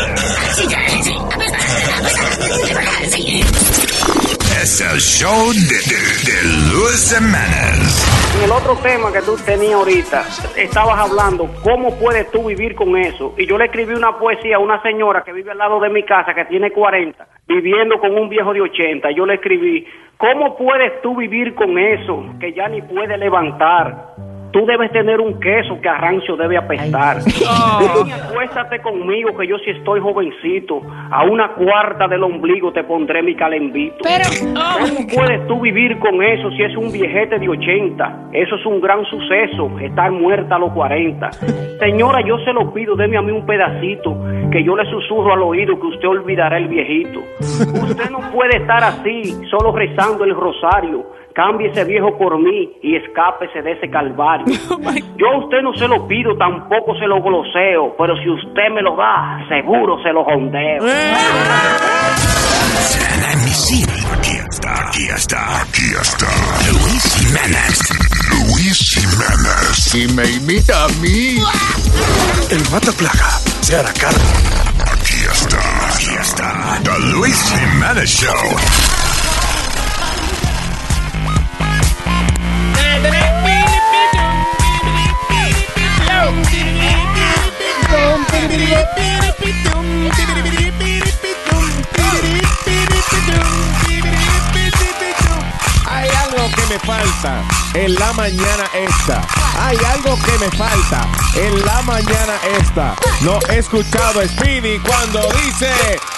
Es el show de Luis Jiménez. En el otro tema que tú tenías ahorita, estabas hablando, ¿cómo puedes tú vivir con eso? Y yo le escribí una poesía a una señora que vive al lado de mi casa, que tiene 40, viviendo con un viejo de 80. Yo le escribí, ¿cómo puedes tú vivir con eso? Que ya ni puede levantar. Tú debes tener un queso que a rancio debe apestar. Ven, acuéstate conmigo que yo sí estoy jovencito. A 1/4 del ombligo te pondré mi calembito. ¿Cómo puedes tú vivir con eso si es un viejete de 80? Eso es un gran suceso, estar muerta a los 40. Señora, yo se lo pido, deme a mí un pedacito, que yo le susurro al oído que usted olvidará el viejito. Usted no puede estar así, solo rezando el rosario. Cambie ese viejo por mí y escápese de ese calvario. Yo a usted no se lo pido, tampoco se lo gloseo, pero si usted me lo da, seguro se lo jondeo. Aquí está. Luis Jiménez. Si me imita a mí, el mata plaga se hará cargo. Aquí está. The Luis Jimenez Show. Hay algo que me falta en la mañana esta. Hay algo que me falta en la mañana esta. No he escuchado a Speedy cuando dice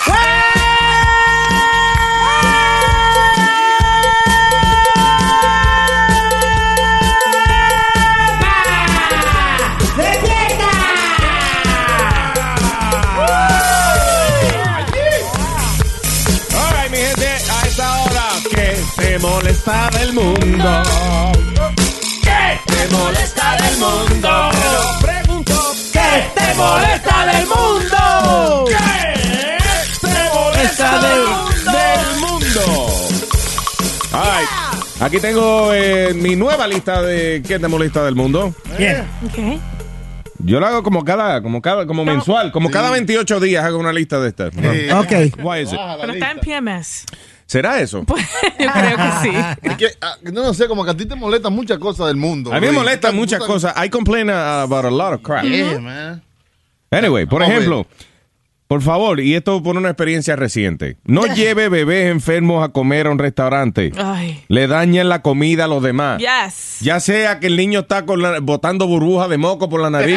te molesta del mundo. ¿Qué te molesta del mundo? Pregunto, ¿qué te molesta del mundo? ¿Qué te molesta del mundo? Ay, aquí tengo mi nueva lista de ¿qué te molesta del mundo? Bien. Okay. Yo lo hago como mensual, como cada 28 días hago una lista de estas. ¿No? Ok. Why is it? Pero está en PMS. ¿Será eso? Pues, yo creo que sí. Es que, no sé, como que a ti te molestan muchas cosas del mundo. A mí me molestan muchas cosas. I complain about a lot of crap. Yeah, man. Anyway, por ejemplo, por favor, y esto por una experiencia reciente, no lleve bebés enfermos a comer a un restaurante. Ay. Le dañan la comida a los demás. Yes. Ya sea que el niño está botando burbujas de moco por la nariz,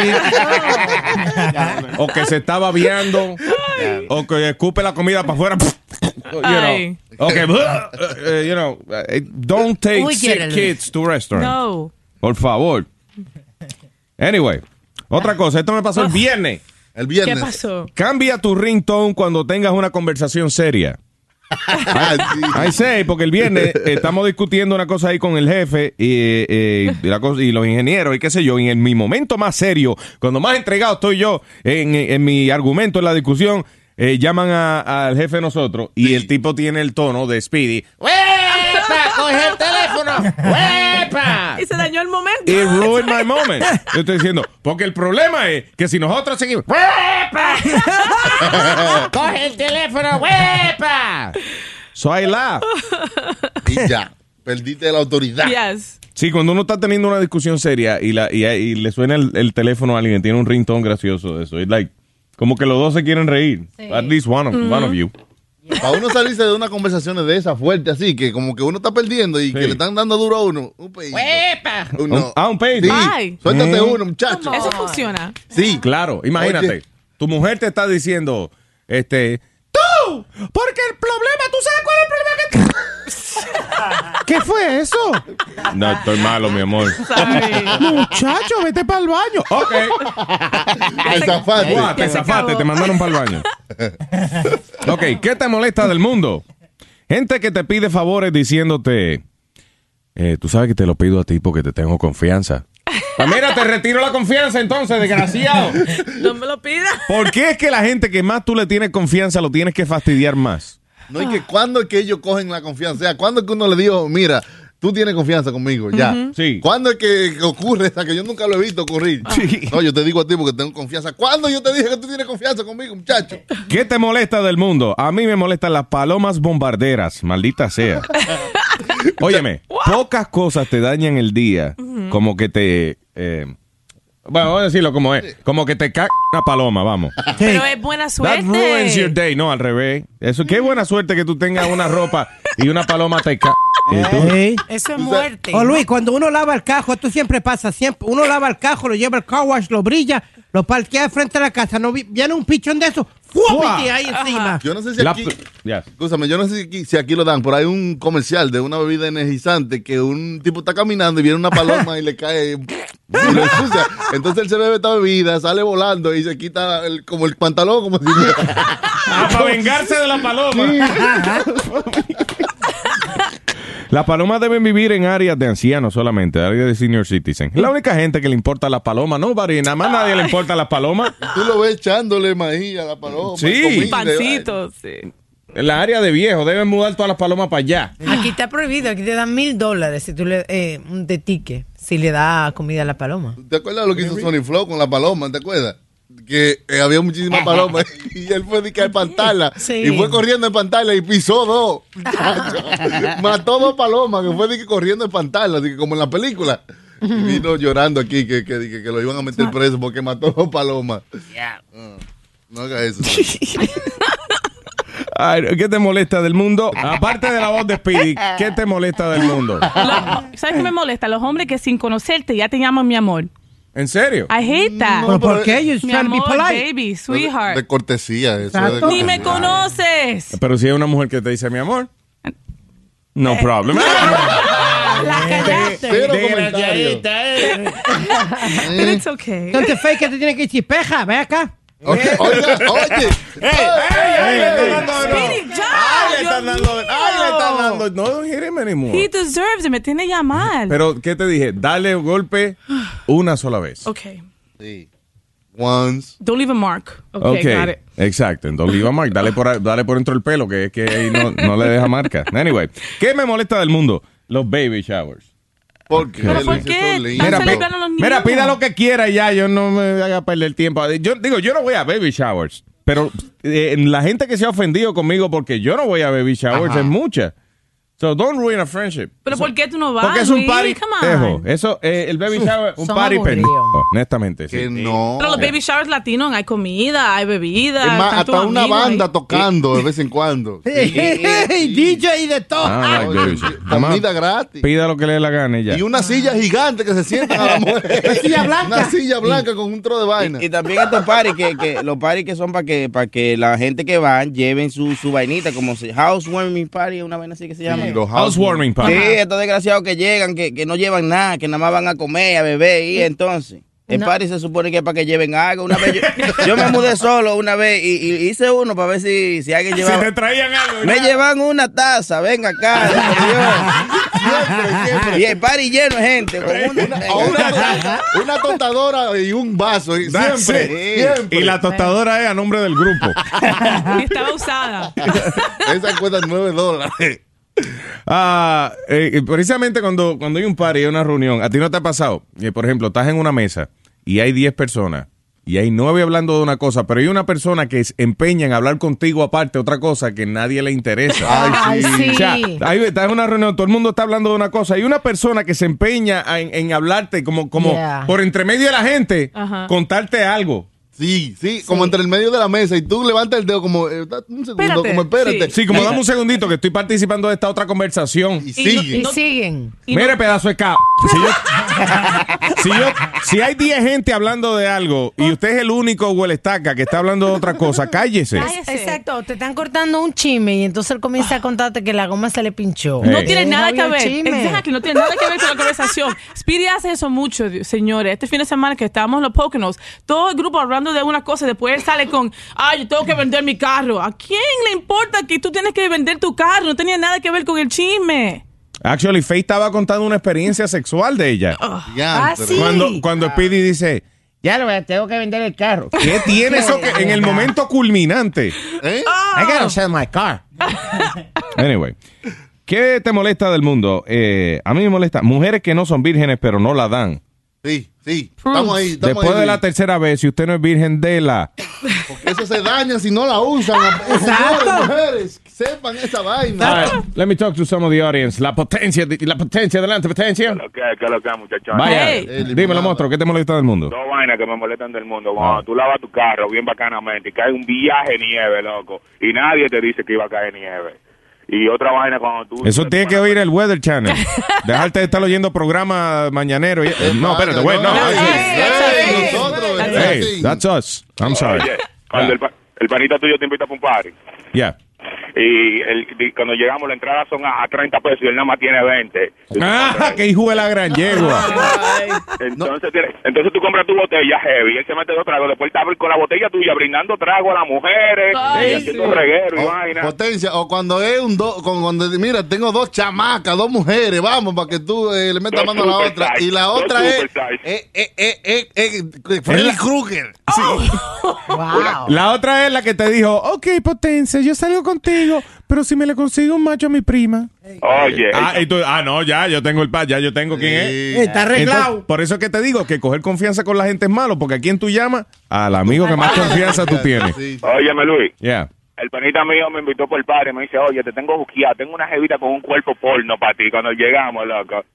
o que se está babeando, o que escupe la comida para afuera. Ay. Okay, don't take sick kids to restaurants. No. Por favor. Anyway, otra cosa, esto me pasó el viernes. El viernes. ¿Qué pasó? Cambia tu ringtone cuando tengas una conversación seria. I say, porque el viernes estamos discutiendo una cosa ahí con el jefe y los ingenieros y qué sé yo, y en mi momento más serio, cuando más entregado estoy yo en mi argumento, en la discusión, llaman al jefe de nosotros y el tipo tiene el tono de Speedy. ¡Wepa! ¡Coge el teléfono! ¡Wepa! Y se dañó el momento. It ruined my moment. Yo estoy diciendo, porque el problema es que si nosotros seguimos ¡wepa! ¡Coge el teléfono! ¡Wepa! So I laugh. Y ya, perdiste la autoridad. Yes. Sí, cuando uno está teniendo una discusión seria y le suena el teléfono a alguien, tiene un ringtone gracioso de eso. It's like, como que los dos se quieren reír. Sí. At least one of you. Para uno salirse de una conversación de esa fuerte así, que como que uno está perdiendo y que le están dando duro a uno. Un pedito. ¡Wepa! Un pedito. Sí. Ay. Suéltate uno, muchacho. Eso funciona. Sí. Claro, imagínate. Oye. Tu mujer te está diciendo, ¡tú! Porque el problema, ¿tú sabes cuál es el problema que ¿Qué fue eso? No, estoy malo, mi amor. Muchacho, vete para el baño. Ok. Te zafaste, te mandaron para el baño. Ok, ¿qué te molesta del mundo? Gente que te pide favores diciéndote, tú sabes que te lo pido a ti porque te tengo confianza. Pues mira, te retiro la confianza entonces, desgraciado. No me lo pidas. ¿Por qué es que la gente que más tú le tienes confianza lo tienes que fastidiar más? No, y que cuando es que ellos cogen la confianza. O sea, cuando es que uno le dijo, mira, tú tienes confianza conmigo, ya. Sí. ¿Cuándo es que ocurre esa que yo nunca lo he visto ocurrir? Sí. No, yo te digo a ti porque tengo confianza. ¿Cuándo yo te dije que tú tienes confianza conmigo, muchacho? ¿Qué te molesta del mundo? A mí me molestan las palomas bombarderas, maldita sea. Óyeme, pocas cosas te dañan el día, como que te... bueno, vamos a decirlo como es. Como que te caga una paloma, vamos. Pero es buena suerte. That ruins your day. No, al revés. Eso, qué buena suerte que tú tengas una ropa y una paloma te caga. Eso es muerte. Oh, Luis, cuando uno lava el cajo, esto siempre pasa. Siempre uno lava el cajo, lo lleva al car wash, lo brilla, lo parquea frente a la casa. No viene un pichón de eso. ¡Fuapiti! Ahí encima. Yo no sé si aquí... Escúchame, yo no sé si aquí lo dan, pero hay un comercial de una bebida energizante que un tipo está caminando y viene una paloma y le cae y lo ensucia. Entonces él se bebe esta bebida, sale volando y se quita como el pantalón, como si... para vengarse de la paloma. Las palomas deben vivir en áreas de ancianos solamente, áreas de senior citizen. La única gente que le importa a las palomas, no, nada más nadie le importa a las palomas. Tú lo ves echándole maíz a la paloma. Sí. Pancitos, sí. En la área de viejos deben mudar todas las palomas para allá. Aquí está prohibido, aquí te dan $1,000 si tú le de ticket si le das comida a la paloma. ¿Te acuerdas lo que hizo Sony Flow con la paloma? ¿Te acuerdas? que había muchísimas palomas y él fue a espantarla Sí. y fue corriendo a espantarla y pisó 2. Mató 2 palomas que fue corriendo a espantarla, así que como en la película. Y vino llorando aquí que lo iban a meter preso porque mató 2 palomas. No haga eso. Ay, ¿qué te molesta del mundo? Aparte de la voz de Speedy, ¿qué te molesta del mundo? ¿Sabes qué me molesta? Los hombres que sin conocerte ya te llaman mi amor. ¿En serio? I hate that. ¿Pero por qué? Mi You're trying to be amor, polite. baby, sweetheart. De cortesía, eso. Es de Ni cortesía. me conoces. Pero si hay una mujer que te dice mi amor, no problem. La callaste. Cero comentarios. But it's okay. Entonces, fake que te tiene que decir, peja, ve acá. Oiga, oye. Speedy, ya, Ay, le están Dios dando. mío. Ay, le están dando. No don't hit him anymore. He deserves it. Me tiene ya mal. Pero, ¿qué te dije? Dale golpe una sola vez. Okay. Sí. Once. Don't leave a mark. Okay, got it. Exacto. Don't leave a mark. Dale por dentro del pelo, que es que ahí no le deja marca. Anyway, ¿qué me molesta del mundo? Los baby showers. ¿Por qué? ¿Pero por qué? Mira, Están celebrando a los niños. Mira, pida lo que quiera ya, yo no me haga perder tiempo. Yo no voy a baby showers, pero la gente que se ha ofendido conmigo porque yo no voy a baby showers Ajá. es mucha. So don't ruin a friendship. ¿Pero por qué tú no vas, Porque es un Luis? party. Come on. Dejo. Eso, el baby shower, un Son party aburridos. pendejo. Honestamente, sí. Que no. Pero los baby showers latinos hay comida, hay bebida. Es más, están tus hasta una amigos banda ahí. tocando de vez en cuando. DJ y de todo. Ah, like baby shower. Además, Comida gratis. pida lo que le dé la gana y ya. Y una silla gigante que se sientan a la mujer. Una silla blanca. Una silla blanca con un tro de vaina. Y también estos parties que los parties que son para que la gente que van lleven su vainita, como housewarming party, una vaina así que se llama. Los Housewarming party. Sí, estos desgraciados que llegan, que no llevan nada, que nada más van a comer, a beber, y entonces. El party se supone que es para que lleven algo. Una vez yo me mudé solo una vez y hice uno para ver si alguien llevaba. Si te traían algo. Me llevan una taza, venga acá. Siempre. Y el party lleno de gente. Con Una tostadora y un vaso. Y That's siempre, it. siempre. Y la tostadora es a nombre del grupo. Estaba usada. Esa cuesta $9. Precisamente cuando hay un party, hay una reunión, ¿a ti no te ha pasado? Por ejemplo, estás en una mesa y hay 10 personas y hay 9 hablando de una cosa, pero hay una persona que se empeña en hablar contigo aparte otra cosa que nadie le interesa. Ay, sí. O sea, ahí estás en una reunión, todo el mundo está hablando de una cosa y una persona que se empeña en hablarte como Yeah. por entre medio de la gente, Ajá. contarte algo. Sí, como entre el medio de la mesa y tú levantas el dedo como, un segundo, Espérate, como espérate. Sí, como dame un segundito que estoy participando de esta otra conversación. Y sigue. Y siguen. Mire, pedazo de cao. Si hay 10 gente hablando de algo y usted es el único huelestaca que está hablando de otra cosa, cállese. Exacto, te están cortando un chisme y entonces él comienza a contarte que la goma se le pinchó. No tiene nada Deja que ver. el chisme. Exacto, no tiene nada que ver con la conversación. Speedy hace eso mucho, señores. Este fin de semana que estábamos en los Poconos, todo el grupo hablando de una cosa y después él sale con, ay, yo tengo que vender mi carro. ¿A quién le importa que tú tienes que vender tu carro? No tenía nada que ver con el chisme. Actually, Faye estaba contando una experiencia sexual de ella. sí. Cuando Speedy dice, ya tengo que vender el carro. ¿Qué tiene eso que en el momento culminante? I gotta sell my car. Anyway, ¿qué te molesta del mundo? A mí me molesta mujeres que no son vírgenes pero no la dan. Sí. Estamos ahí. Después de la tercera vez, si usted no es virgen, déla. Porque eso se daña si no la usan. Señores, mujeres, sepan esa vaina. All right, let me talk to some of the audience. La potencia, adelante, potencia. ¿Qué es lo que es, muchachos? Vaya, Hey. dímelo, monstruo, ¿qué te molesta del mundo? Dos vainas que me molestan del mundo. Cuando tú lavas tu carro bien bacanamente y cae un viaje de nieve, loco, y nadie te dice que iba a caer nieve. Y otra vaina cuando tú... Eso tiene que oír el Weather Channel. Dejarte de estar oyendo programas mañaneros. No, espérate, güey, no. Hey, that's us. I'm sorry. Oye, cuando el panita tuyo te invita para un party. Yeah. Y cuando llegamos, la entrada son a 30 pesos y él nada más tiene 20. Ah, que hijo de la gran yegua. Entonces tú compras tu botella heavy, él se mete 2 tragos, después está con la botella tuya brindando trago a las mujeres, y haciendo reguero y vaina. Potencia, o cuando es cuando mira, tengo 2 chamacas, 2 mujeres, vamos, para que tú le metas mano a la otra. Y la otra es Freddy Krueger. Wow. La otra es la que te dijo, ok, Potencia, yo salgo contigo contigo, pero si me le consigo un macho a mi prima. Oye. No, ya yo tengo ya yo tengo quién es. Está arreglado. Entonces, por eso es que te digo que coger confianza con la gente es malo, porque ¿a quién tú llamas? Al amigo que más confianza tú tienes. Óyeme, Luis. Yeah. El panita mío me invitó por el padre, me dice, oye, te tengo buqueado, tengo una jevita con un cuerpo porno para ti cuando llegamos, loco.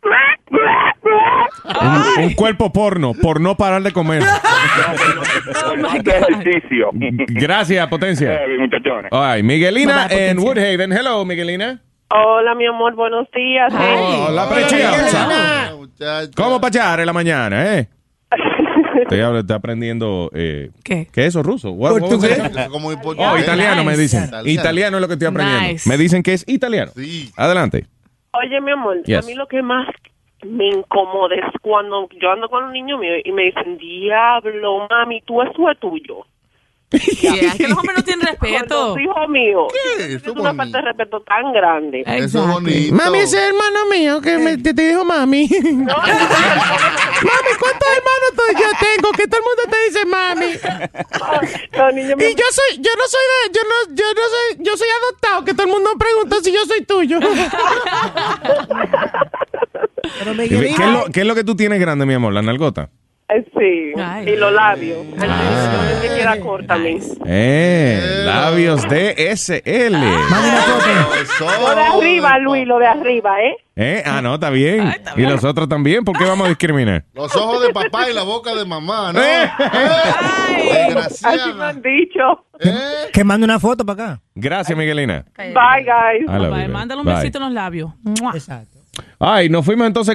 Un cuerpo porno, por no parar de comer. Ejercicio. Gracias, potencia. Muchachones. All right, Miguelina en Woodhaven. Hello, Miguelina. Hola, mi amor, buenos días. Hola, preciosa. ¿Cómo pachar en la mañana, Estoy aprendiendo. ¿Qué es eso? ¿Ruso? Portugués. Italiano me dicen. Italiano es lo que estoy aprendiendo. Nice. Me dicen que es italiano. Adelante. Oye, mi amor, Yes. a mí lo que más me incomoda es cuando yo ando con un niño mío y me dicen, diablo, mami, tú eso es tuyo. Que los hombres no tienen respeto. Hijo mío. Es una falta de respeto tan grande. Eso es bonito. Mami, ese es hermano mío que te dijo mami. Mami, ¿cuántos hermanos yo tengo? Que todo el mundo te dice mami. Y yo soy adoptado, que todo el mundo pregunta si yo soy tuyo. ¿Qué es lo que tú tienes grande, mi amor? ¿La nalgota? Sí, y los labios. El que queda corta, labios DSL. Lo de arriba, Luis, lo de arriba, No, está bien. Y los otros también, ¿por qué vamos a discriminar? Los ojos de papá y la boca de mamá, ¿no? Así me han dicho. Que mande una foto para acá. Gracias, Miguelina. Bye, guys. Bye. Mándale un besito en los labios. Exacto. Ay, nos fuimos entonces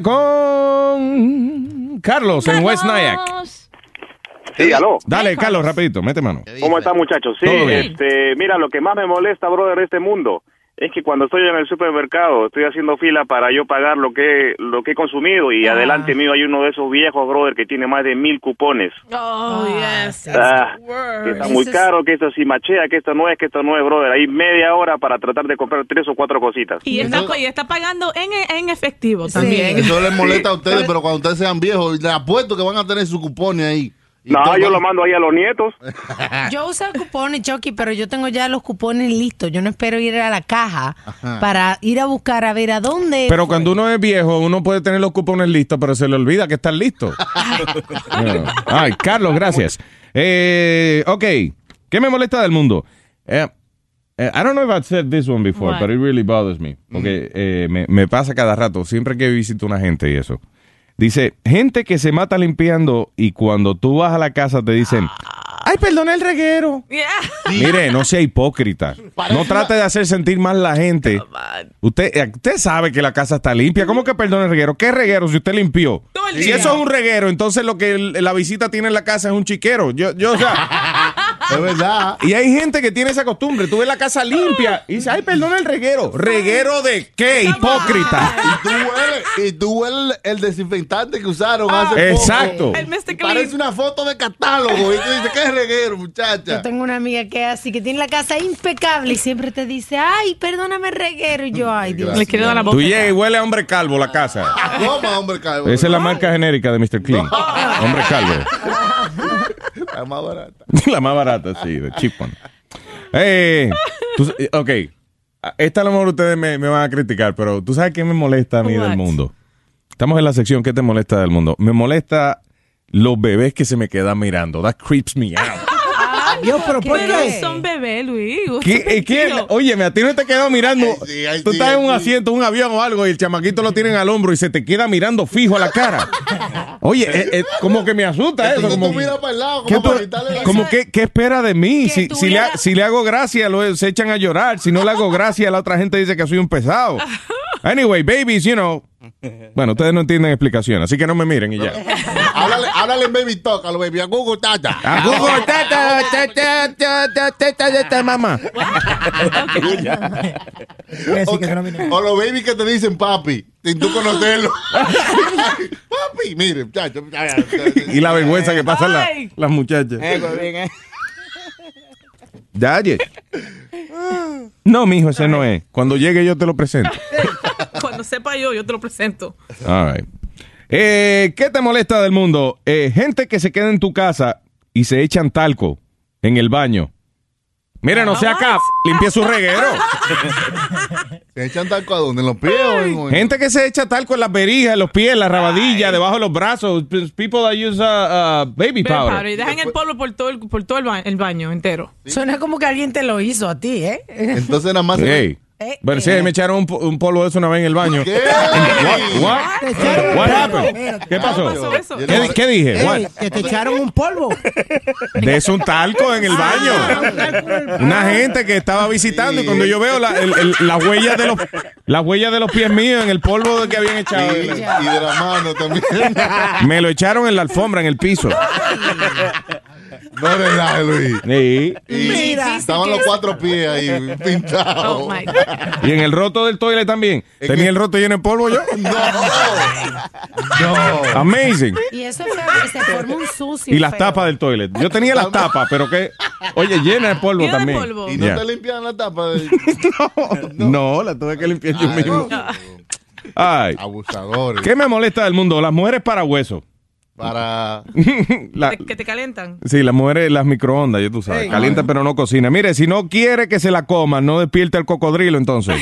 con Carlos en West Nyack. Sí, aló. Dale, Carlos, rapidito, mete mano. ¿Cómo están, muchachos? Sí, Todo bien. mira, lo que más me molesta, brother, de este mundo es que cuando estoy en el supermercado estoy haciendo fila para yo pagar lo que he consumido y adelante mío hay uno de esos viejos, brother, que tiene más de 1,000 cupones. Oh, yes. Que está muy caro, que esto sí machea, que esto no es, brother. Hay media hora para tratar de comprar 3 o 4 cositas. Y está pagando en efectivo también. Eso les molesta a ustedes, pero cuando ustedes sean viejos, les apuesto que van a tener su cupones ahí. No, yo lo mando ahí a los nietos. Yo uso cupones, Chucky, pero yo tengo ya los cupones listos. Yo no espero ir a la caja para ir a buscar a ver a dónde. Pero cuando uno es viejo, uno puede tener los cupones listos, pero se le olvida que están listos. Ay, Carlos, gracias. Ok, ¿qué me molesta del mundo? I don't know if I've said this one before, What? but it really bothers me. Porque me pasa cada rato, siempre que visito una gente y eso. Dice, gente que se mata limpiando y cuando tú vas a la casa te dicen, ay, perdona el reguero. Mire, no sea hipócrita. No trate de hacer sentir mal a la gente. Usted sabe que la casa está limpia. ¿Cómo que perdona el reguero? ¿Qué reguero si usted limpió? Si eso es un reguero, entonces lo que la visita tiene en la casa es un chiquero. O sea... Es verdad. Y hay gente que tiene esa costumbre. Tú ves la casa limpia y dices, ay, perdona el reguero. ¿Reguero de qué? Hipócrita. Y tú hueles el desinfectante que usaron hace poco. Exacto. Parece una foto de catálogo. Y tú dices, ¿qué es reguero, muchacha? Yo tengo una amiga que es así, que tiene la casa impecable y siempre te dice, ay, perdóname reguero. Y yo, ay, Dios. Le quiero dar la boca. Tú llegas y huele a hombre calvo la casa. ¿Cómo, hombre calvo? Esa es la marca genérica de Mr. Clean. Hombre calvo. La más barata. La más barata, sí, de cheap one. Ok. Esta a lo mejor ustedes me van a criticar, pero ¿tú sabes qué me molesta a mí del mundo? Estamos en la sección ¿qué te molesta del mundo? Me molesta los bebés que se me quedan mirando. That creeps me out. Dios, pero ¿por qué? Son bebés, Luis. Óyeme, a ti no te quedas mirando. Tú estás en un asiento, un avión o algo y el chamaquito lo tienen al hombro y se te queda mirando fijo a la cara. Oye, como que me asusta eso. Como, tú miras para el lado, como para quitarle la... Como ¿qué espera de mí? Si le hago gracia, se echan a llorar. Si no le hago gracia, la otra gente dice que soy un pesado. Anyway, babies, you know. Bueno, ustedes no entienden explicación, así que no me miren y ya. Háblale en baby talk a los baby, a Google Tata. A Google Tata, mamá. O los baby que te dicen papi, sin tú conocerlo. Papi, mire, muchacho. Y la vergüenza que pasan las muchachas. Daye. No, mijo, ese no es. Cuando llegue yo te lo presento. Cuando sepa yo te lo presento. All right. ¿Qué te molesta del mundo? Gente que se queda en tu casa y se echan talco en el baño. Mira, no sea acá, limpie su reguero. ¿Se echan talco a dónde? ¿En los pies o en...? Gente que se echa talco en las berijas, en los pies, en las rabadillas, debajo de los brazos. People that use baby powder. Y dejan el polvo por todo el baño entero. Suena como que alguien te lo hizo a ti, ¿eh? Entonces nada más... Hey. Bueno, sí, me echaron un polvo de eso una vez en el baño. ¿Qué? What happened? ¿Qué pasó? ¿Qué dije? Ey, que te echaron un polvo. De eso un talco en el baño. Una gente que estaba visitando y cuando yo veo las huellas de los pies míos en el polvo que habían echado. Y de la mano también. Me lo echaron en la alfombra, en el piso. No es verdad, Luis. Sí. Mira. Estaban los 4 pies ahí pintados. Oh, my God. Y en el roto del toilet también. ¿Tenía el roto lleno de polvo yo? No. Amazing. Y eso es feo porque se forma un sucio. Y las feo. tapas del toilet. Yo tenía las tapas, pero que... Oye, llena de polvo Llena de también. polvo. ¿Y no Yeah. te limpian la tapa? No, la tuve que limpiar yo mismo. Ay. Abusadores. ¿Qué me molesta del mundo? Las mujeres para hueso. Para... Que te calientan. Sí, las mujeres, las microondas, ya tú sabes. Hey. Calienta pero no cocina. Mire, si no quiere que se la coma, no despierte el cocodrilo entonces.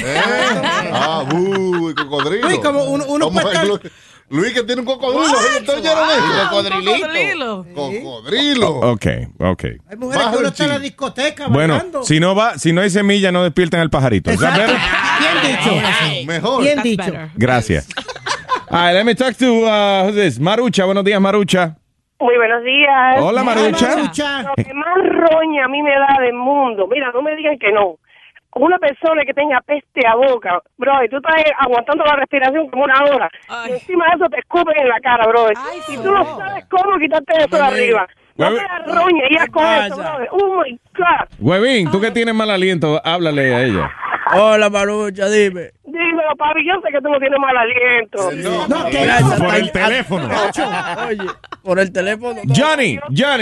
el cocodrilo. Luis, como uno puede estar... Luis, que tiene un cocodrilo. ¿Estoy lleno de eso? Cocodrilo. Cocodrilo. Ok. Hay mujeres que uno está en la discoteca Bueno, bailando. si no hay semilla, no despierten al pajarito. Exacto. ¿Sabes? Bien dicho. Mejor. Bien That's dicho. better. Gracias. All right, let me talk to who's this? Marucha. Buenos días, Marucha. Muy buenos días. Hola, Marucha. Lo que más roña a mí me da del mundo, mira, no me digan que no. Una persona que tenga peste a boca, bro, y tú estás aguantando la respiración como 1 hora, y encima de eso te escupen en la cara, bro. Y tú no sabes cómo quitarte eso de arriba. No me da roña y con eso, bro. Oh my God. Huevín, tú que tienes mal aliento, háblale a ella. Hola, Marucha, dime. Dímelo, papi, yo sé que tú no tienes mal aliento. No, que Gracias, Por tal- el teléfono. Oye, por el teléfono. Johnny,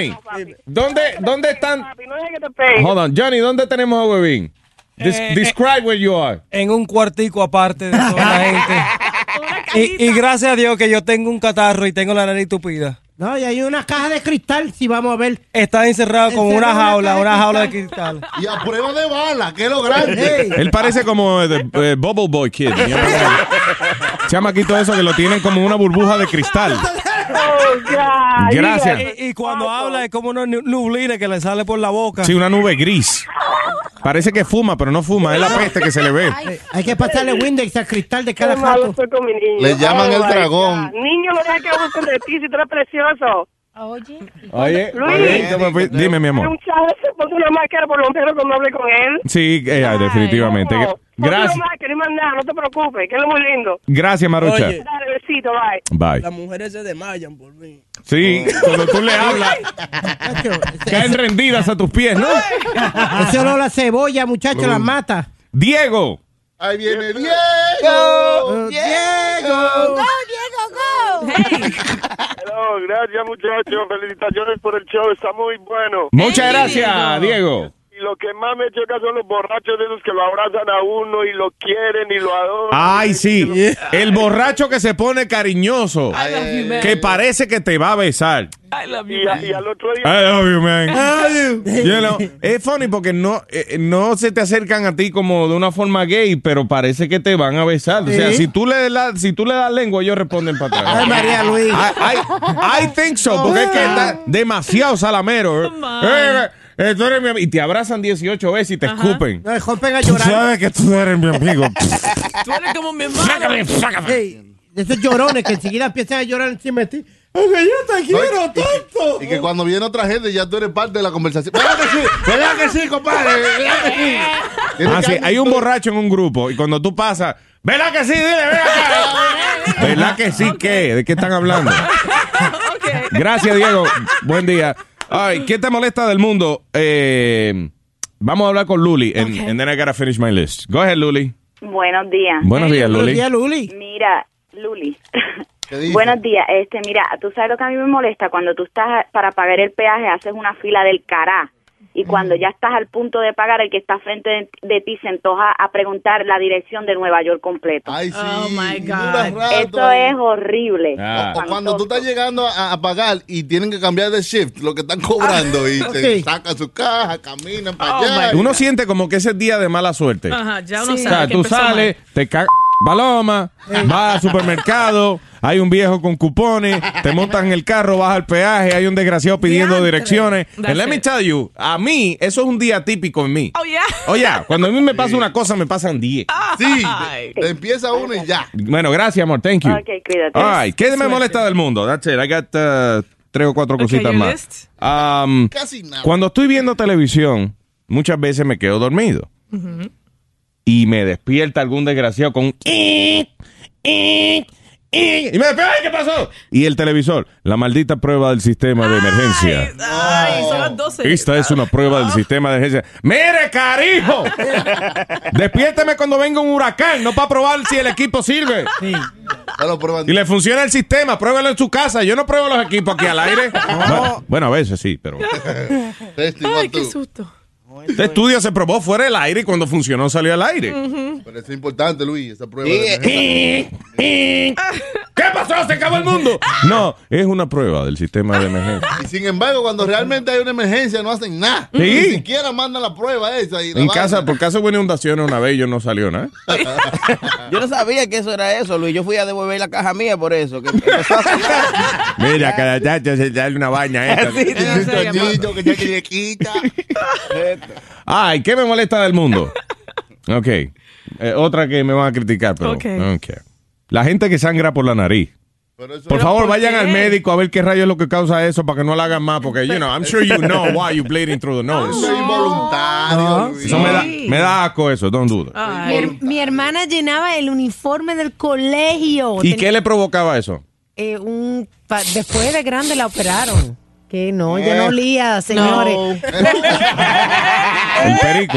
¿dónde están? Papi, no dejes que te pegue. Hold on, Johnny, ¿dónde tenemos a Huevín? Describe where you are. En un cuartico aparte de toda la gente. Y gracias a Dios que yo tengo un catarro y tengo la nariz tupida. No, y hay una caja de cristal, si vamos a ver. Está encerrado con una jaula de cristal. Y a prueba de bala, que es lo grande. Él parece como el Bubble Boy Kid. Chamaquito eso que lo tienen como una burbuja de cristal. Gracias. Y cuando habla es como una nublina que le sale por la boca. Sí, una nube gris. Parece que fuma, pero no fuma. Es la peste que se le ve. Hay que pasarle Windex al cristal de cada Qué malo jato. soy con mi niño. Le llaman el my dragón. God. Niño, no dejes que abusen de ti si tú eres precioso. Oye, Luis. dime, mi amor. Un chavo se pone una máscara por lo menos cuando hable con él. Sí, definitivamente. Ponte Gracias. una máscara y más nada, no te preocupes, que él es muy lindo. Gracias, Marucha. Oye. Dale, besito, bye. Bye. Las mujeres se desmayan por mí. Sí, cuando tú le hablas, caen rendidas a tus pies, ¿no? Ese olor a cebolla, muchachos, las mata. Diego. Ahí viene Diego. Diego. Hello, gracias muchachos, felicitaciones por el show, está muy bueno. Muchas gracias, Diego. Y lo que más me choca son los borrachos de esos que lo abrazan a uno y lo quieren y lo adoran. Ay, sí. El borracho que se pone cariñoso, que parece que te va a besar. Y al otro día... I love you, man. You know, es funny porque no se te acercan a ti como de una forma gay, pero parece que te van a besar. O sea, ¿Sí? si tú le das lengua, ellos responden para atrás. Ay, María Luis. I think so, porque es que está demasiado salamero. Tú eres mi amigo. Y te abrazan 18 veces y te escupen. No, rompen a Tú llorar. sabes que tú eres mi amigo. Tú eres como mi hermano. Hey, esos llorones que enseguida empiezan a llorar encima de ti. Porque yo te quiero tanto. Y que cuando viene otra gente ya tú eres parte de la conversación. ¿Verdad que sí, compadre? ¿Verdad que sí? Ah, sí, hay un borracho en un grupo y cuando tú pasas, ¿verdad que sí? Dile, ven acá. ¿Verdad que sí? ¿Qué? ¿De qué están hablando? Gracias, Diego. Buen día. Ay, ¿qué te molesta del mundo? Vamos a hablar con Luli and then I gotta finish my list. Go ahead, Luli. Buenos días. Buenos días, Luli. Buenos días, Luli. Mira, Luli. Buenos días. Mira, tú sabes lo que a mí me molesta cuando tú estás para pagar el peaje, haces una fila del cará. y cuando ya estás al punto de pagar, el que está frente de ti se antoja a preguntar la dirección de Nueva York completo. Ay, sí. Oh, my God. Eso es horrible. O cuando tú estás llegando a pagar y tienen que cambiar de shift, lo que están cobrando, y te sacan su caja, caminan para allá. Uno siente como que ese es día de mala suerte. Ajá, ya uno O sea, sabe que tú empezó sales, te cagas paloma, vas al supermercado, hay un viejo con cupones, te montas en el carro, vas al peaje, hay un desgraciado pidiendo direcciones. And let me tell you, a mí, eso es un día típico en mí. Oh, yeah. Oye, cuando a mí me pasa una cosa, me pasan 10. Sí, te empieza uno y ya. Bueno, gracias, amor. Thank you. Ok, cuídate. All right. ¿Qué me molesta del mundo? That's it. I got 3 o 4 cositas your más. list? Casi nada. Cuando estoy viendo televisión, muchas veces me quedo dormido. Y me despierta algún desgraciado con... Y me despierta, ¡ay, qué pasó! Y el televisor, la maldita prueba del sistema de emergencia. Ay, son las 12. Esta es una prueba del sistema de emergencia. ¡Mire, carijo! Despiérteme cuando venga un huracán, no para probar si el equipo sirve. Y le funciona el sistema, pruébelo en su casa. Yo no pruebo los equipos aquí al aire. Bueno, a veces sí, pero... Ay, qué susto. Este estudio se probó fuera del aire y cuando funcionó salió al aire. Pero eso es importante, Luis, esa prueba. ¿Qué pasó? ¿Se acabó el mundo? No, es una prueba del sistema de emergencia. Y sin embargo, cuando realmente hay una emergencia, no hacen nada. Sí. Ni siquiera mandan la prueba esa. Y En casa, por caso de inundaciones una vez yo no salió nada. Yo no sabía que eso era eso, Luis. Yo fui a devolver la caja mía por eso. Mira, cada chacho se da una baña esta. que ya que quita. Ay, ¿qué me molesta del mundo? Ok. Otra que me van a criticar, pero Ok. La gente que sangra por la nariz. Por favor, vayan al médico a ver qué rayos es lo que causa eso para que no la hagan más, porque, I'm sure you know why you're bleeding through the nose. Eso es involuntario. Eso me da asco eso, don't do that. Mi hermana llenaba el uniforme del colegio. ¿Y qué le provocaba eso? Después de grande la operaron. Que no, yo no olía, señores. El perico.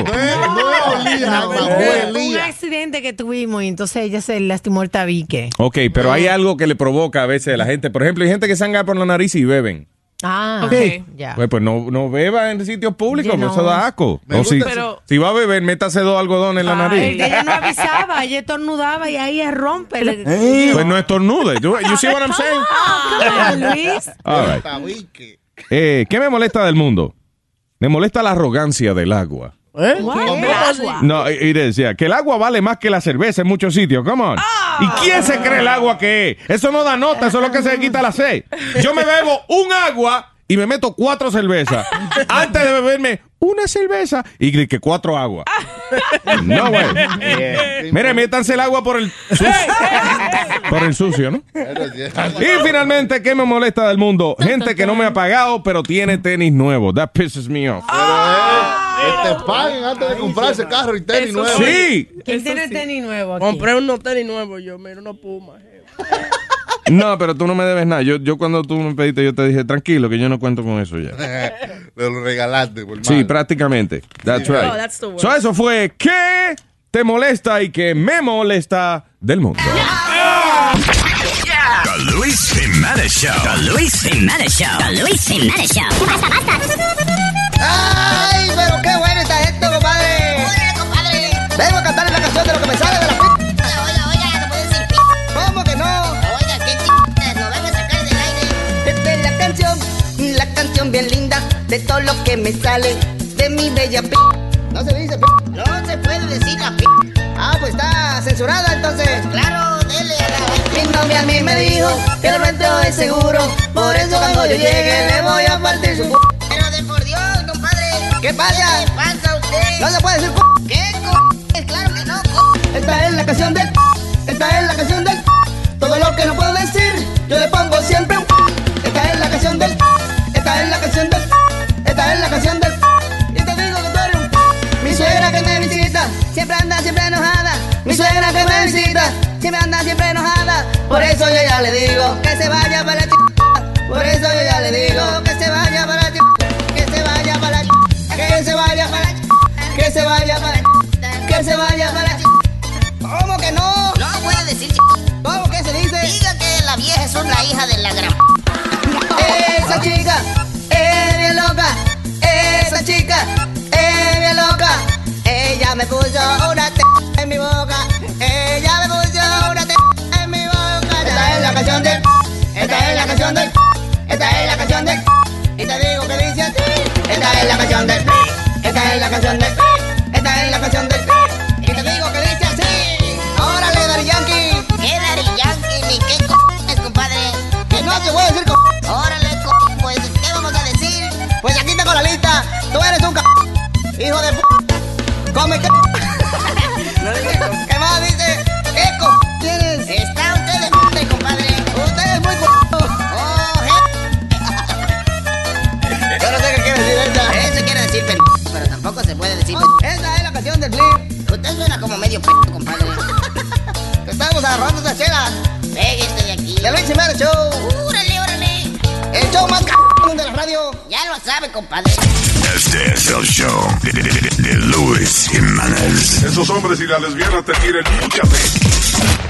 Un accidente que tuvimos y entonces ella se lastimó el tabique. Ok, pero hay algo que le provoca a veces a la gente. Por ejemplo, hay gente que sangra por la nariz y beben. Ah, sí. Ya. Pues no beba en sitios públicos, No. eso da asco. Si va a beber, métase 2 algodones en la nariz. Ella no avisaba, ella estornudaba y ahí rompe. Pues no estornude. You see what I'm saying? Luis. All right. ¿Qué me molesta del mundo? Me molesta la arrogancia del agua. No, y decía que el agua vale más que la cerveza en muchos sitios. Come on. ¿Y quién se cree el agua que es? Eso no da nota, eso es lo que se quita la sed. Yo me bebo un agua y me meto 4 cervezas antes de beberme una cerveza y que 4 aguas. No, güey. Mire, métanse el agua por el sucio. Por el sucio, ¿no? Y finalmente, ¿qué me molesta del mundo? Gente que no me ha pagado, pero tiene tenis nuevos. That pisses me off. Que te paguen antes de comprarse carro y tenis nuevos. Sí. ¿Quién tiene tenis nuevo aquí? Compré unos tenis nuevos yo, mira, unos Pumas. No, pero tú no me debes nada. Yo cuando tú me pediste, yo te dije, tranquilo, que yo no cuento con eso ya. Lo regalaste, por Sí, prácticamente. That's right. Oh, that's the worst. So eso fue ¿qué te molesta y qué me molesta del mundo? The Luis Jimenez Show. The Luis Jimenez Show. The Luis Jimenez Show. ¡Basta, basta! ¡Ay, pero qué bueno está esto, compadre! Oye, compadre. Vengo a cantarle la canción de lo que me sale de la p***. Oiga, no puede decir p***. ¿Cómo que no? Oiga, qué ch***, nos van a sacar del aire. Esta es la canción bien linda de todo lo que me sale de mi bella p***. No se dice p***. No se puede decir la p***. Ah, pues está censurada entonces. Claro, dele a la... Mi novia a mí me dijo que el renteo es seguro. Por eso cuando yo llegue le voy a partir su p***. Pero de por Dios, compadre. ¿Qué pasa? ¿Qué pasa a usted? No se puede decir p***. ¿Qué c***? Claro que no, c***. Esta es la canción del p***. Esta es la canción del p***. Todo lo que no puedo decir, yo le pongo siempre un p***. Esta es la canción del p***. Esta es la canción del p***. Esta es la canción del p***. Y te digo que tú eres un p***. Mi suegra que me visita, siempre anda siempre enojada. Mi suegra que me visita, siempre anda siempre enojada. Por eso yo ya le digo que se vaya para la ch***. Por eso yo ya le digo que se vaya para la ch***. Que se vaya para la ch***. Que se vaya para la ch***. Que se vaya para la ch***. Que se vaya para la ch***. ¿Cómo que no? No puede decir ch***. ¿Cómo que se dice? Diga que la vieja es una hija de la gran... Esa chica es bien loca. Esa chica Ella me puso una en mi boca. Ella me puso una en mi boca. Esta es la canción del. Esta es la canción del. Esta es la canción del. Y te digo que dice así. Esta es la canción del. Esta es la canción del. Esta es la canción del. Y te digo que dice así. Órale, Daddy Yankee. ¿Qué Daddy Yankee? Ni qué es, compadre. Que no te voy a decir Órale, pues, ¿qué vamos a decir? Pues aquí tengo la lista. Tú eres un hijo de come que. ¿Qué más dice? ¿Qué tienes? Está usted de compadre. Usted es muy Yo no sé qué quiere decir esta. Eso quiere decir pero tampoco se puede decir. Esa es la canción del flip. Usted suena como medio compadre. Estamos agarrando esa chela. Pégate de aquí. De Luis Jiménez Show. ¡Órale, órale! El show más de la radio. Ya lo sabe, compadre. Este es el show de Luis Jiménez. Esos hombres y la lesbiana te quieren mucha fe.